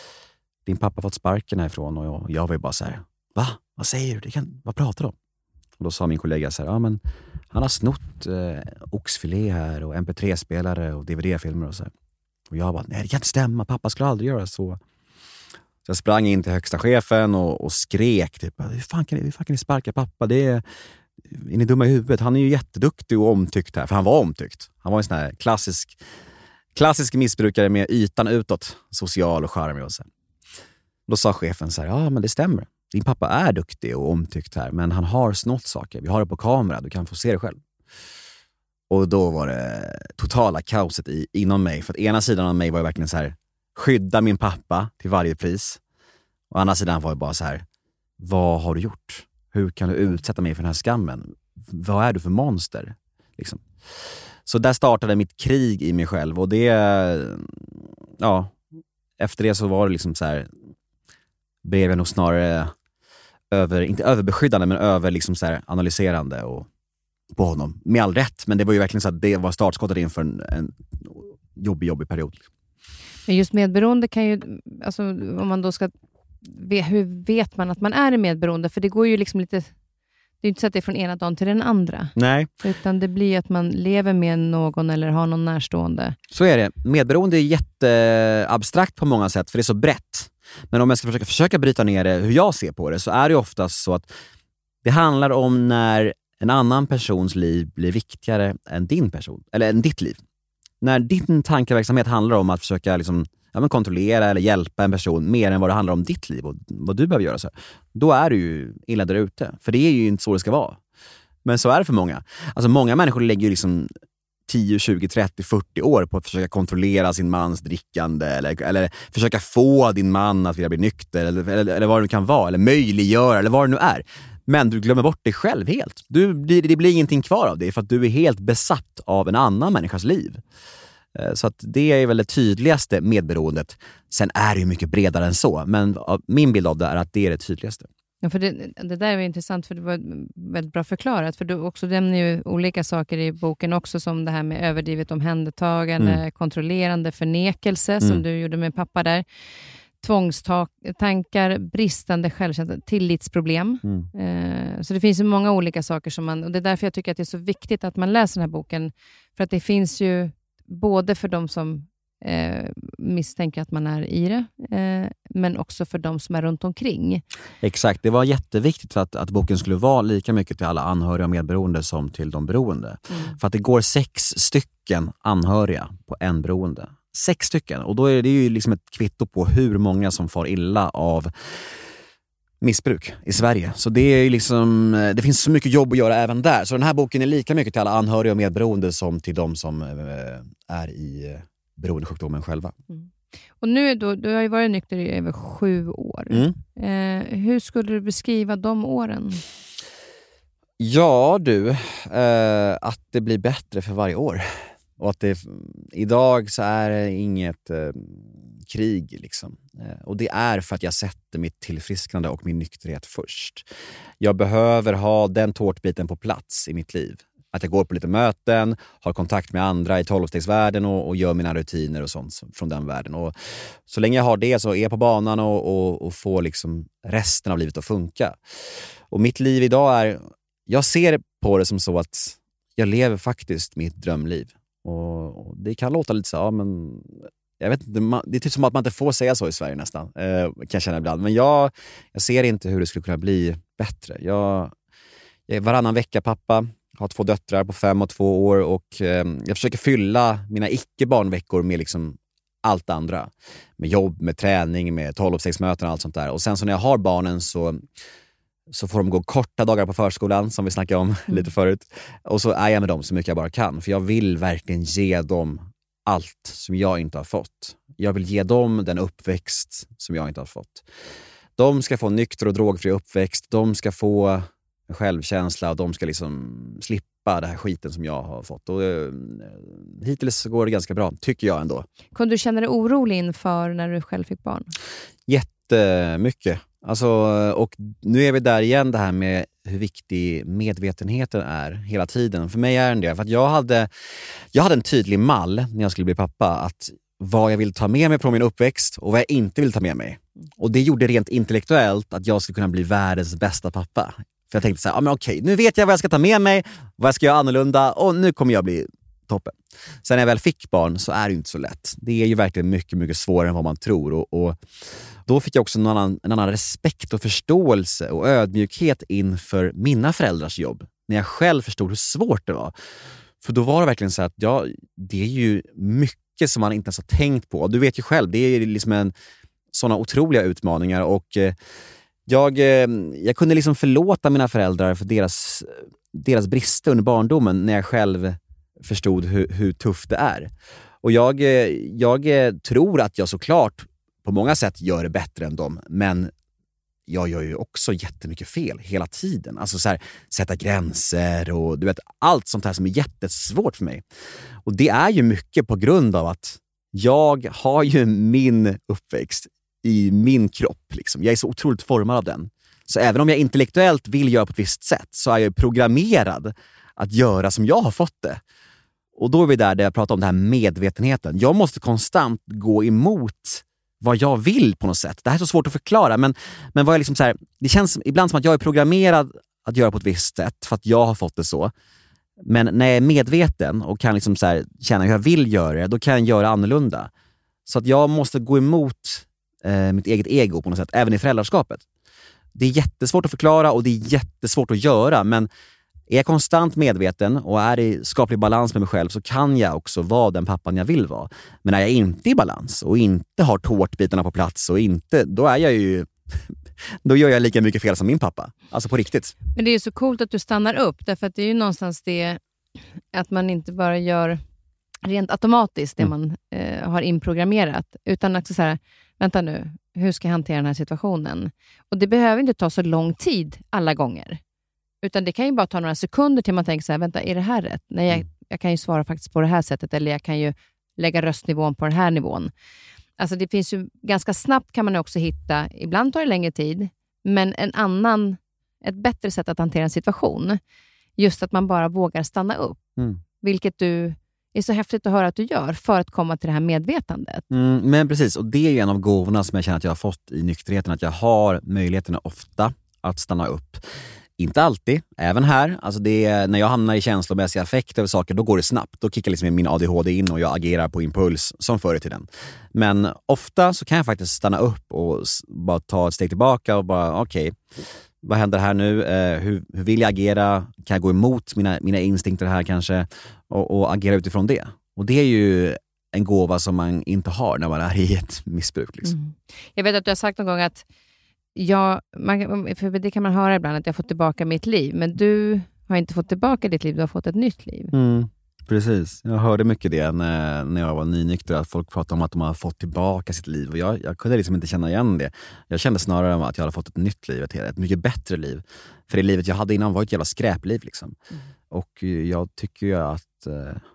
din pappa har fått sparken härifrån. Och jag var ju bara så här: va? Vad säger du? Vad pratar du om? Och då sa min kollega så här, men han har snott oxfilé här och MP3-spelare och DVD-filmer och så här. Och jag bara, nej det kan inte stämma, pappa skulle aldrig göra så. Så jag sprang in till högsta chefen och skrek typ, hur fan kan ni sparka pappa? Är ni dumma i huvudet? Han är ju jätteduktig och omtyckt här. För han var omtyckt. Han var en sån här klassisk missbrukare med ytan utåt. Social och charmig och så. Då sa chefen så här, men det stämmer. Din pappa är duktig och omtyckt här. Men han har snott saker. Vi har det på kamera. Du kan få se det själv. Och då var det totala kaoset inom mig. För att ena sidan av mig var verkligen så här, skydda min pappa till varje pris. Och andra sidan var det bara så här, vad har du gjort? Hur kan du utsätta mig för den här skammen? Vad är du för monster? Liksom. Så där startade mitt krig i mig själv. Och det, efter det så var det liksom så här, blev jag nog snarare inte överbeskyddande, men över liksom så här analyserande och på honom. Med all rätt, men det var ju verkligen så att det var startskottet inför en jobbig period. Men just medberoende kan ju, alltså om man då ska, hur vet man att man är i medberoende? För det går ju liksom lite, det är inte så att det är från ena dagen till den andra. Nej. Utan det blir att man lever med någon eller har någon närstående. Så är det. Medberoende är jätteabstrakt på många sätt, för det är så brett. Men om jag ska försöka bryta ner det, hur jag ser på det, så är det oftast så att det handlar om när en annan persons liv blir viktigare än din person, eller än ditt liv. När din tankeverksamhet handlar om att försöka liksom, kontrollera eller hjälpa en person mer än vad det handlar om ditt liv och vad du behöver göra, så då är du ju illa där ute. För det är ju inte så det ska vara. Men så är det för många. Alltså många människor lägger ju liksom 10, 20, 30, 40 år på att försöka kontrollera sin mans drickande eller försöka få din man att vilja bli nykter eller vad det nu kan vara, eller möjliggöra eller vad det nu är. Men du glömmer bort dig själv helt. Det blir ingenting kvar av det för att du är helt besatt av en annan människas liv. Så att det är väl det tydligaste medberoendet. Sen är det ju mycket bredare än så, men min bild av det är att det är det tydligaste. Ja, för det där är intressant, för det var väldigt bra förklarat. För du också nämner ju olika saker i boken också, som det här med överdrivet omhändertagande, kontrollerande förnekelse, som du gjorde med pappa där. Tvångstankar, bristande självkänsla, tillitsproblem. Så det finns ju många olika saker som och det är därför jag tycker att det är så viktigt att man läser den här boken. För att det finns ju både för de som misstänker att man är i det, men också för de som är runt omkring. Exakt, det var jätteviktigt att boken skulle vara lika mycket till alla anhöriga och medberoende som till de beroende. För att det går 6 stycken anhöriga på en beroende. 6 stycken, och då är det ju liksom ett kvitto på hur många som far illa av missbruk i Sverige. Så det är ju liksom, det finns så mycket jobb att göra även där. Så den här boken är lika mycket till alla anhöriga och medberoende som till de som är i beroendesjukdomen själva. Och nu du har ju varit nykter i över 7 år. Hur skulle du beskriva de åren? Ja att det blir bättre för varje år. Och att idag så är det inget krig liksom. Och det är för att jag sätter mitt tillfrisknande och min nykterhet först. Jag behöver ha den tårtbiten på plats i mitt liv. Att jag går på lite möten, har kontakt med andra i 12-stegsvärlden och gör mina rutiner och sånt från den världen. Och så länge jag har det så är jag på banan och får liksom resten av livet att funka. Och mitt liv idag jag ser på det som så att jag lever faktiskt mitt drömliv. Och det kan låta lite så, men jag vet inte, det är typ som att man inte får säga så i Sverige nästan, kan jag känna ibland. Men jag ser inte hur det skulle kunna bli bättre. Jag är varannan vecka pappa, har 2 döttrar på 5 och 2 år och jag försöker fylla mina icke-barnveckor med liksom allt andra. Med jobb, med träning, med 12-stegsmöten och allt sånt där. Och sen så när jag har barnen så får de gå korta dagar på förskolan, som vi snackade om lite förut. Och så är jag med dem så mycket jag bara kan. För jag vill verkligen ge dem allt som jag inte har fått. Jag vill ge dem den uppväxt som jag inte har fått. De ska få nykter och drogfri uppväxt. De ska få en självkänsla och de ska liksom slippa det här skiten som jag har fått. Och hittills går det ganska bra, tycker jag ändå. Kunde du känna dig orolig inför när du själv fick barn? Jättemycket. Alltså, och nu är vi där igen, det här med hur viktig medvetenheten är hela tiden. För mig är den det. För att jag hade en tydlig mall när jag skulle bli pappa, att vad jag vill ta med mig från min uppväxt och vad jag inte vill ta med mig. Och det gjorde rent intellektuellt att jag skulle kunna bli världens bästa pappa. För jag tänkte så här, men okej, nu vet jag vad jag ska ta med mig, vad jag ska göra annorlunda och nu kommer jag bli toppen. Sen när jag väl fick barn så är det inte så lätt. Det är ju verkligen mycket, mycket svårare än vad man tror. Och då fick jag också en annan respekt och förståelse och ödmjukhet inför mina föräldrars jobb. När jag själv förstod hur svårt det var. För då var det verkligen så att det är ju mycket som man inte ens har tänkt på. Du vet ju själv, det är liksom sådana otroliga utmaningar. Och jag kunde liksom förlåta mina föräldrar för deras brister under barndomen när jag själv förstod hur tufft det är. Och jag tror att jag såklart på många sätt gör det bättre än dem, men jag gör ju också jättemycket fel hela tiden. Alltså så här, sätta gränser och du vet, allt sånt här som är jättesvårt för mig. Och det är ju mycket på grund av att jag har ju min uppväxt i min kropp. Liksom. Jag är så otroligt formad av den. Så även om jag intellektuellt vill göra på ett visst sätt så är jag programmerad att göra som jag har fått det. Och då är vi där jag pratar om den här medvetenheten. Jag måste konstant gå emot vad jag vill på något sätt. Det här är så svårt att förklara, men vad jag liksom så här, det känns ibland som att jag är programmerad att göra på ett visst sätt för att jag har fått det så. Men när jag är medveten och kan liksom så här känna hur jag vill göra det, då kan jag göra annorlunda. Så att jag måste gå emot mitt eget ego på något sätt, även i föräldraskapet. Det är jättesvårt att förklara och det är jättesvårt att göra, men är jag konstant medveten och är i skaplig balans med mig själv så kan jag också vara den pappan jag vill vara. Men när jag inte är i balans och inte har tårtbitarna på plats och inte, då är jag ju då gör jag lika mycket fel som min pappa. Alltså på riktigt. Men det är ju så coolt att du stannar upp, därför att det är ju någonstans det att man inte bara gör rent automatiskt det man har inprogrammerat, utan också så här, vänta nu, hur ska jag hantera den här situationen? Och det behöver inte ta så lång tid alla gånger. Utan det kan ju bara ta några sekunder till man tänker så här, vänta, är det här rätt? Nej, jag kan ju svara faktiskt på det här sättet, eller jag kan ju lägga röstnivån på den här nivån. Alltså det finns ju, ganska snabbt kan man också hitta, ibland tar det längre tid, men ett bättre sätt att hantera en situation. Just att man bara vågar stanna upp. Vilket du är så häftigt att höra att du gör för att komma till det här medvetandet. Men precis, och det är ju en av gåvorna som jag känner att jag har fått i nykterheten, att jag har möjligheterna ofta att stanna upp. Inte alltid, även här. Alltså när jag hamnar i känslomässiga affekt över saker, då går det snabbt. Då kickar liksom min ADHD in och jag agerar på impuls som förr i tiden. Men ofta så kan jag faktiskt stanna upp och bara ta ett steg tillbaka och bara, okej, vad händer här nu? Hur vill jag agera? Kan jag gå emot mina instinkter här kanske? Och agera utifrån det. Och det är ju en gåva som man inte har när man är i ett missbruk. Liksom. Jag vet att du har sagt någon gång att för det kan man höra ibland, att jag har fått tillbaka mitt liv. Men du har inte fått tillbaka ditt liv, du har fått ett nytt liv. Precis, jag hörde mycket det när jag var nynykter, att folk pratade om att de har fått tillbaka sitt liv. Och jag kunde liksom inte känna igen det. Jag kände snarare att jag hade fått ett nytt liv, ett mycket bättre liv. För det livet jag hade innan var ett jävla skräpliv. Liksom. Och jag tycker ju att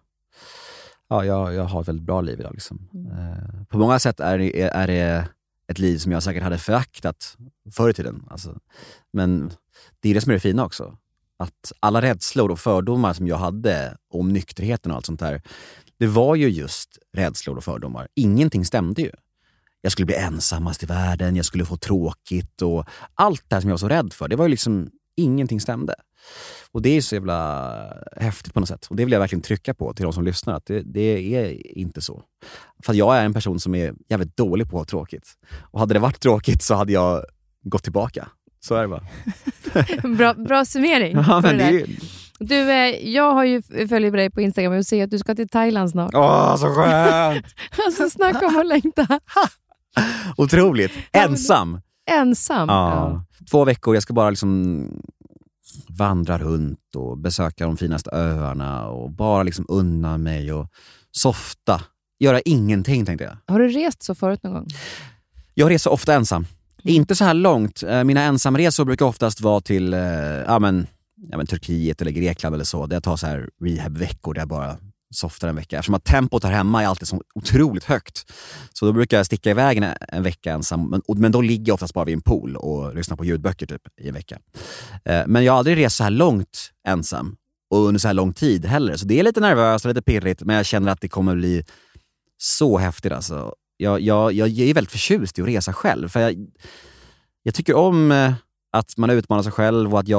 jag har ett väldigt bra liv idag. Liksom. På många sätt är det ett liv som jag säkert hade föraktat förr i tiden. Alltså. Men det är det som är det fina också. Att alla rädslor och fördomar som jag hade om nykterheten och allt sånt där, det var ju just rädslor och fördomar. Ingenting stämde ju. Jag skulle bli ensammast i världen, jag skulle få tråkigt och allt det här som jag var så rädd för, det var ju liksom, ingenting stämde. Och det är så jävla häftigt på något sätt. Och det vill jag verkligen trycka på till de som lyssnar, att det är inte så. För jag är en person som är jävligt dålig på att ha tråkigt. Och hade det varit tråkigt så hade jag gått tillbaka. Så är det bara. bra summering. Ja, men det är... Du, jag har ju följt dig på Instagram och ser att du ska till Thailand snart. Så skönt! Alltså snacka om att längta. Otroligt. Ensam. Ja. 2 veckor, jag ska bara liksom vandra runt och besöka de finaste öarna och bara liksom unna mig och softa. Göra ingenting, tänkte jag. Har du rest så förut någon gång? Jag reser ofta ensam. Inte så här långt. Mina ensamresor brukar oftast vara till Turkiet eller Grekland eller så. Där jag tar så här rehab-veckor där jag bara softar en vecka. Eftersom att tempot här hemma är alltid så otroligt högt. Så då brukar jag sticka iväg en vecka ensam. Men då ligger jag oftast bara vid en pool och lyssnar på ljudböcker typ i en vecka. Men jag har aldrig rest så här långt ensam. Och under så här lång tid heller. Så det är lite nervöst och lite pirrigt. Men jag känner att det kommer bli så häftigt alltså. Jag är väldigt förtjust i att resa själv. För jag tycker om Att man utmanar sig själv och att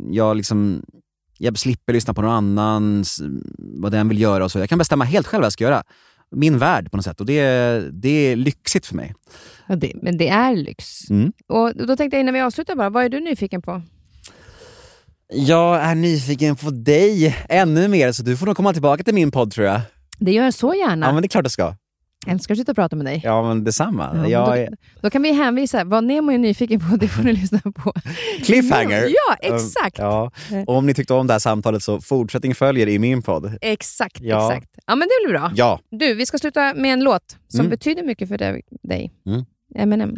jag slipper lyssna på någon annan, vad den vill göra och så. Jag kan bestämma helt själv vad jag ska göra. Min värld på något sätt. Och det är lyxigt för mig. Ja, men det är lyx. Och då tänkte jag innan vi avslutar bara, vad är du nyfiken på? Jag är nyfiken på dig ännu mer, så du får nog komma tillbaka till min podd, tror jag. Det gör jag så gärna. Ja, men det är klart det ska. Jag älskar att sitta och prata med dig. Ja, men detsamma. Då kan vi hänvisa, vad Nemo är nyfiken på, det får ni lyssna på. Cliffhanger. Ja, exakt. Ja. Och om ni tyckte om det här samtalet så fortsättning följer i min podd. Exakt. Ja, men det blir bra. Ja. Du, vi ska sluta med en låt som betyder mycket för dig. Eminem.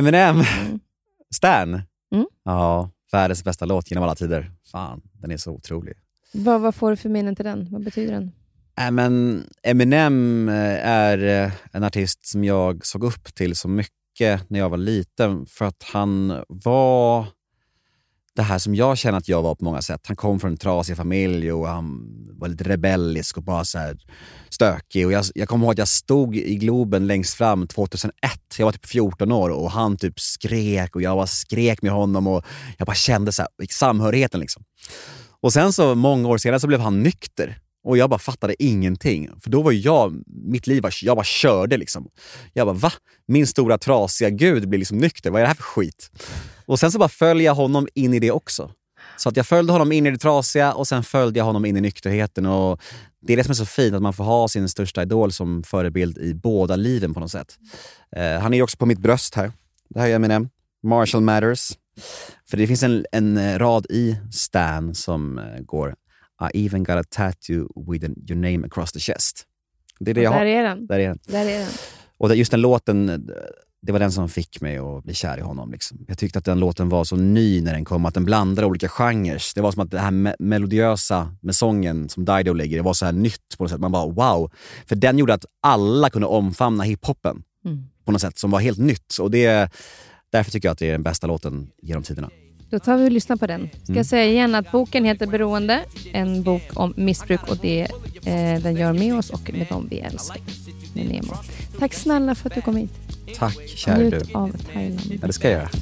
Stan. Ja, världens bästa låt genom alla tider. Fan, den är så otrolig. Vad får du för minnen till den? Vad betyder den? Men Eminem är en artist som jag såg upp till så mycket när jag var liten, för att han var det här som jag känner att jag var på många sätt. Han kom från en trasig familj och han var lite rebellisk och bara så här stökig. Och jag kommer ihåg att jag stod i Globen längst fram 2001. Jag var typ 14 år och han typ skrek och jag bara skrek med honom och jag bara kände så här samhörigheten liksom. Och sen så många år senare så blev han nykter. Och jag bara fattade ingenting. För då var mitt liv, jag bara körde liksom. Jag bara, va? Min stora trasiga gud blir liksom nykter. Vad är det här för skit? Och sen så bara följde jag honom in i det också. Så att jag följde honom in i det trasiga och sen följde jag honom in i nykterheten. Och det är det som är så fint, att man får ha sin största idol som förebild i båda liven på något sätt. Han är ju också på mitt bröst här. Det här är Eminem. Marshall Matters. För det finns en rad i Stan som går: I even got a tattoo with your name across the chest. Det är det jag har. Där är den. Och just den låten, det var den som fick mig att bli kär i honom. Liksom. Jag tyckte att den låten var så ny när den kom, att den blandade olika genrer. Det var som att det här melodiösa med sången som Dido lägger, det var så här nytt på något sätt. Man bara wow. För den gjorde att alla kunde omfamna hiphoppen på något sätt som var helt nytt. Och därför tycker jag att det är den bästa låten genom tiderna. Då tar vi och lyssnar på den. Ska jag säga igen att boken heter Beroende. En bok om missbruk och det den gör med oss och med dem vi älskar. Med Nemo. Tack snälla för att du kom hit. Tack, kära du. Njut av Thailand. Ja, det ska jag göra.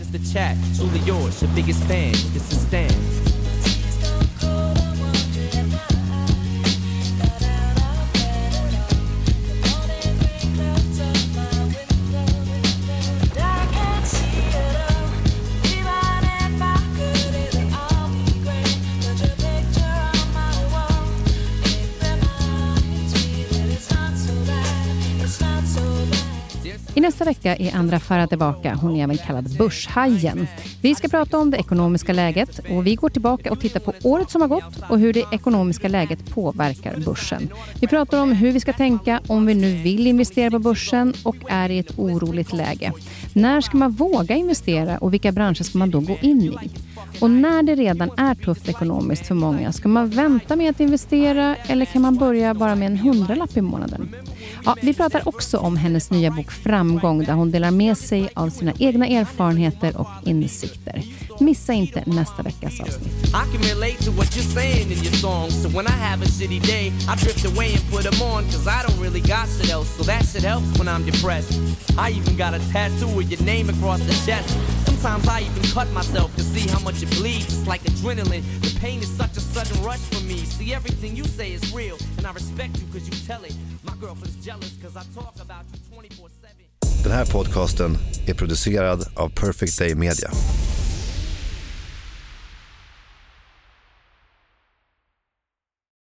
I nästa vecka är Andra Farah tillbaka. Hon är även kallad Börshajen. Vi ska prata om det ekonomiska läget och vi går tillbaka och tittar på året som har gått och hur det ekonomiska läget påverkar börsen. Vi pratar om hur vi ska tänka om vi nu vill investera på börsen och är i ett oroligt läge. När ska man våga investera och vilka branscher ska man då gå in i? Och när det redan är tufft ekonomiskt för många, ska man vänta med att investera eller kan man börja bara med en 100-lapp i månaden? Ja, vi pratar också om hennes nya bok Framgång där hon delar med sig av sina egna erfarenheter och insikter. Missa inte nästa veckas avsnitt. I can relate to what you're saying in your songs. So when I have a shitty day, I drift away and put them on. Cause I don't really got shit else. So that shit helps when I'm depressed. I even got a tattoo with your name across the chest. Sometimes I even cut myself to see how much it bleeds. It's like adrenaline. The pain is such a sudden rush for me. See, everything you say is real. And I respect you cause you tell it. My girlfriend's jealous cause I talk about you 24/7. Den här podcasten är producerad av Perfect Day Media.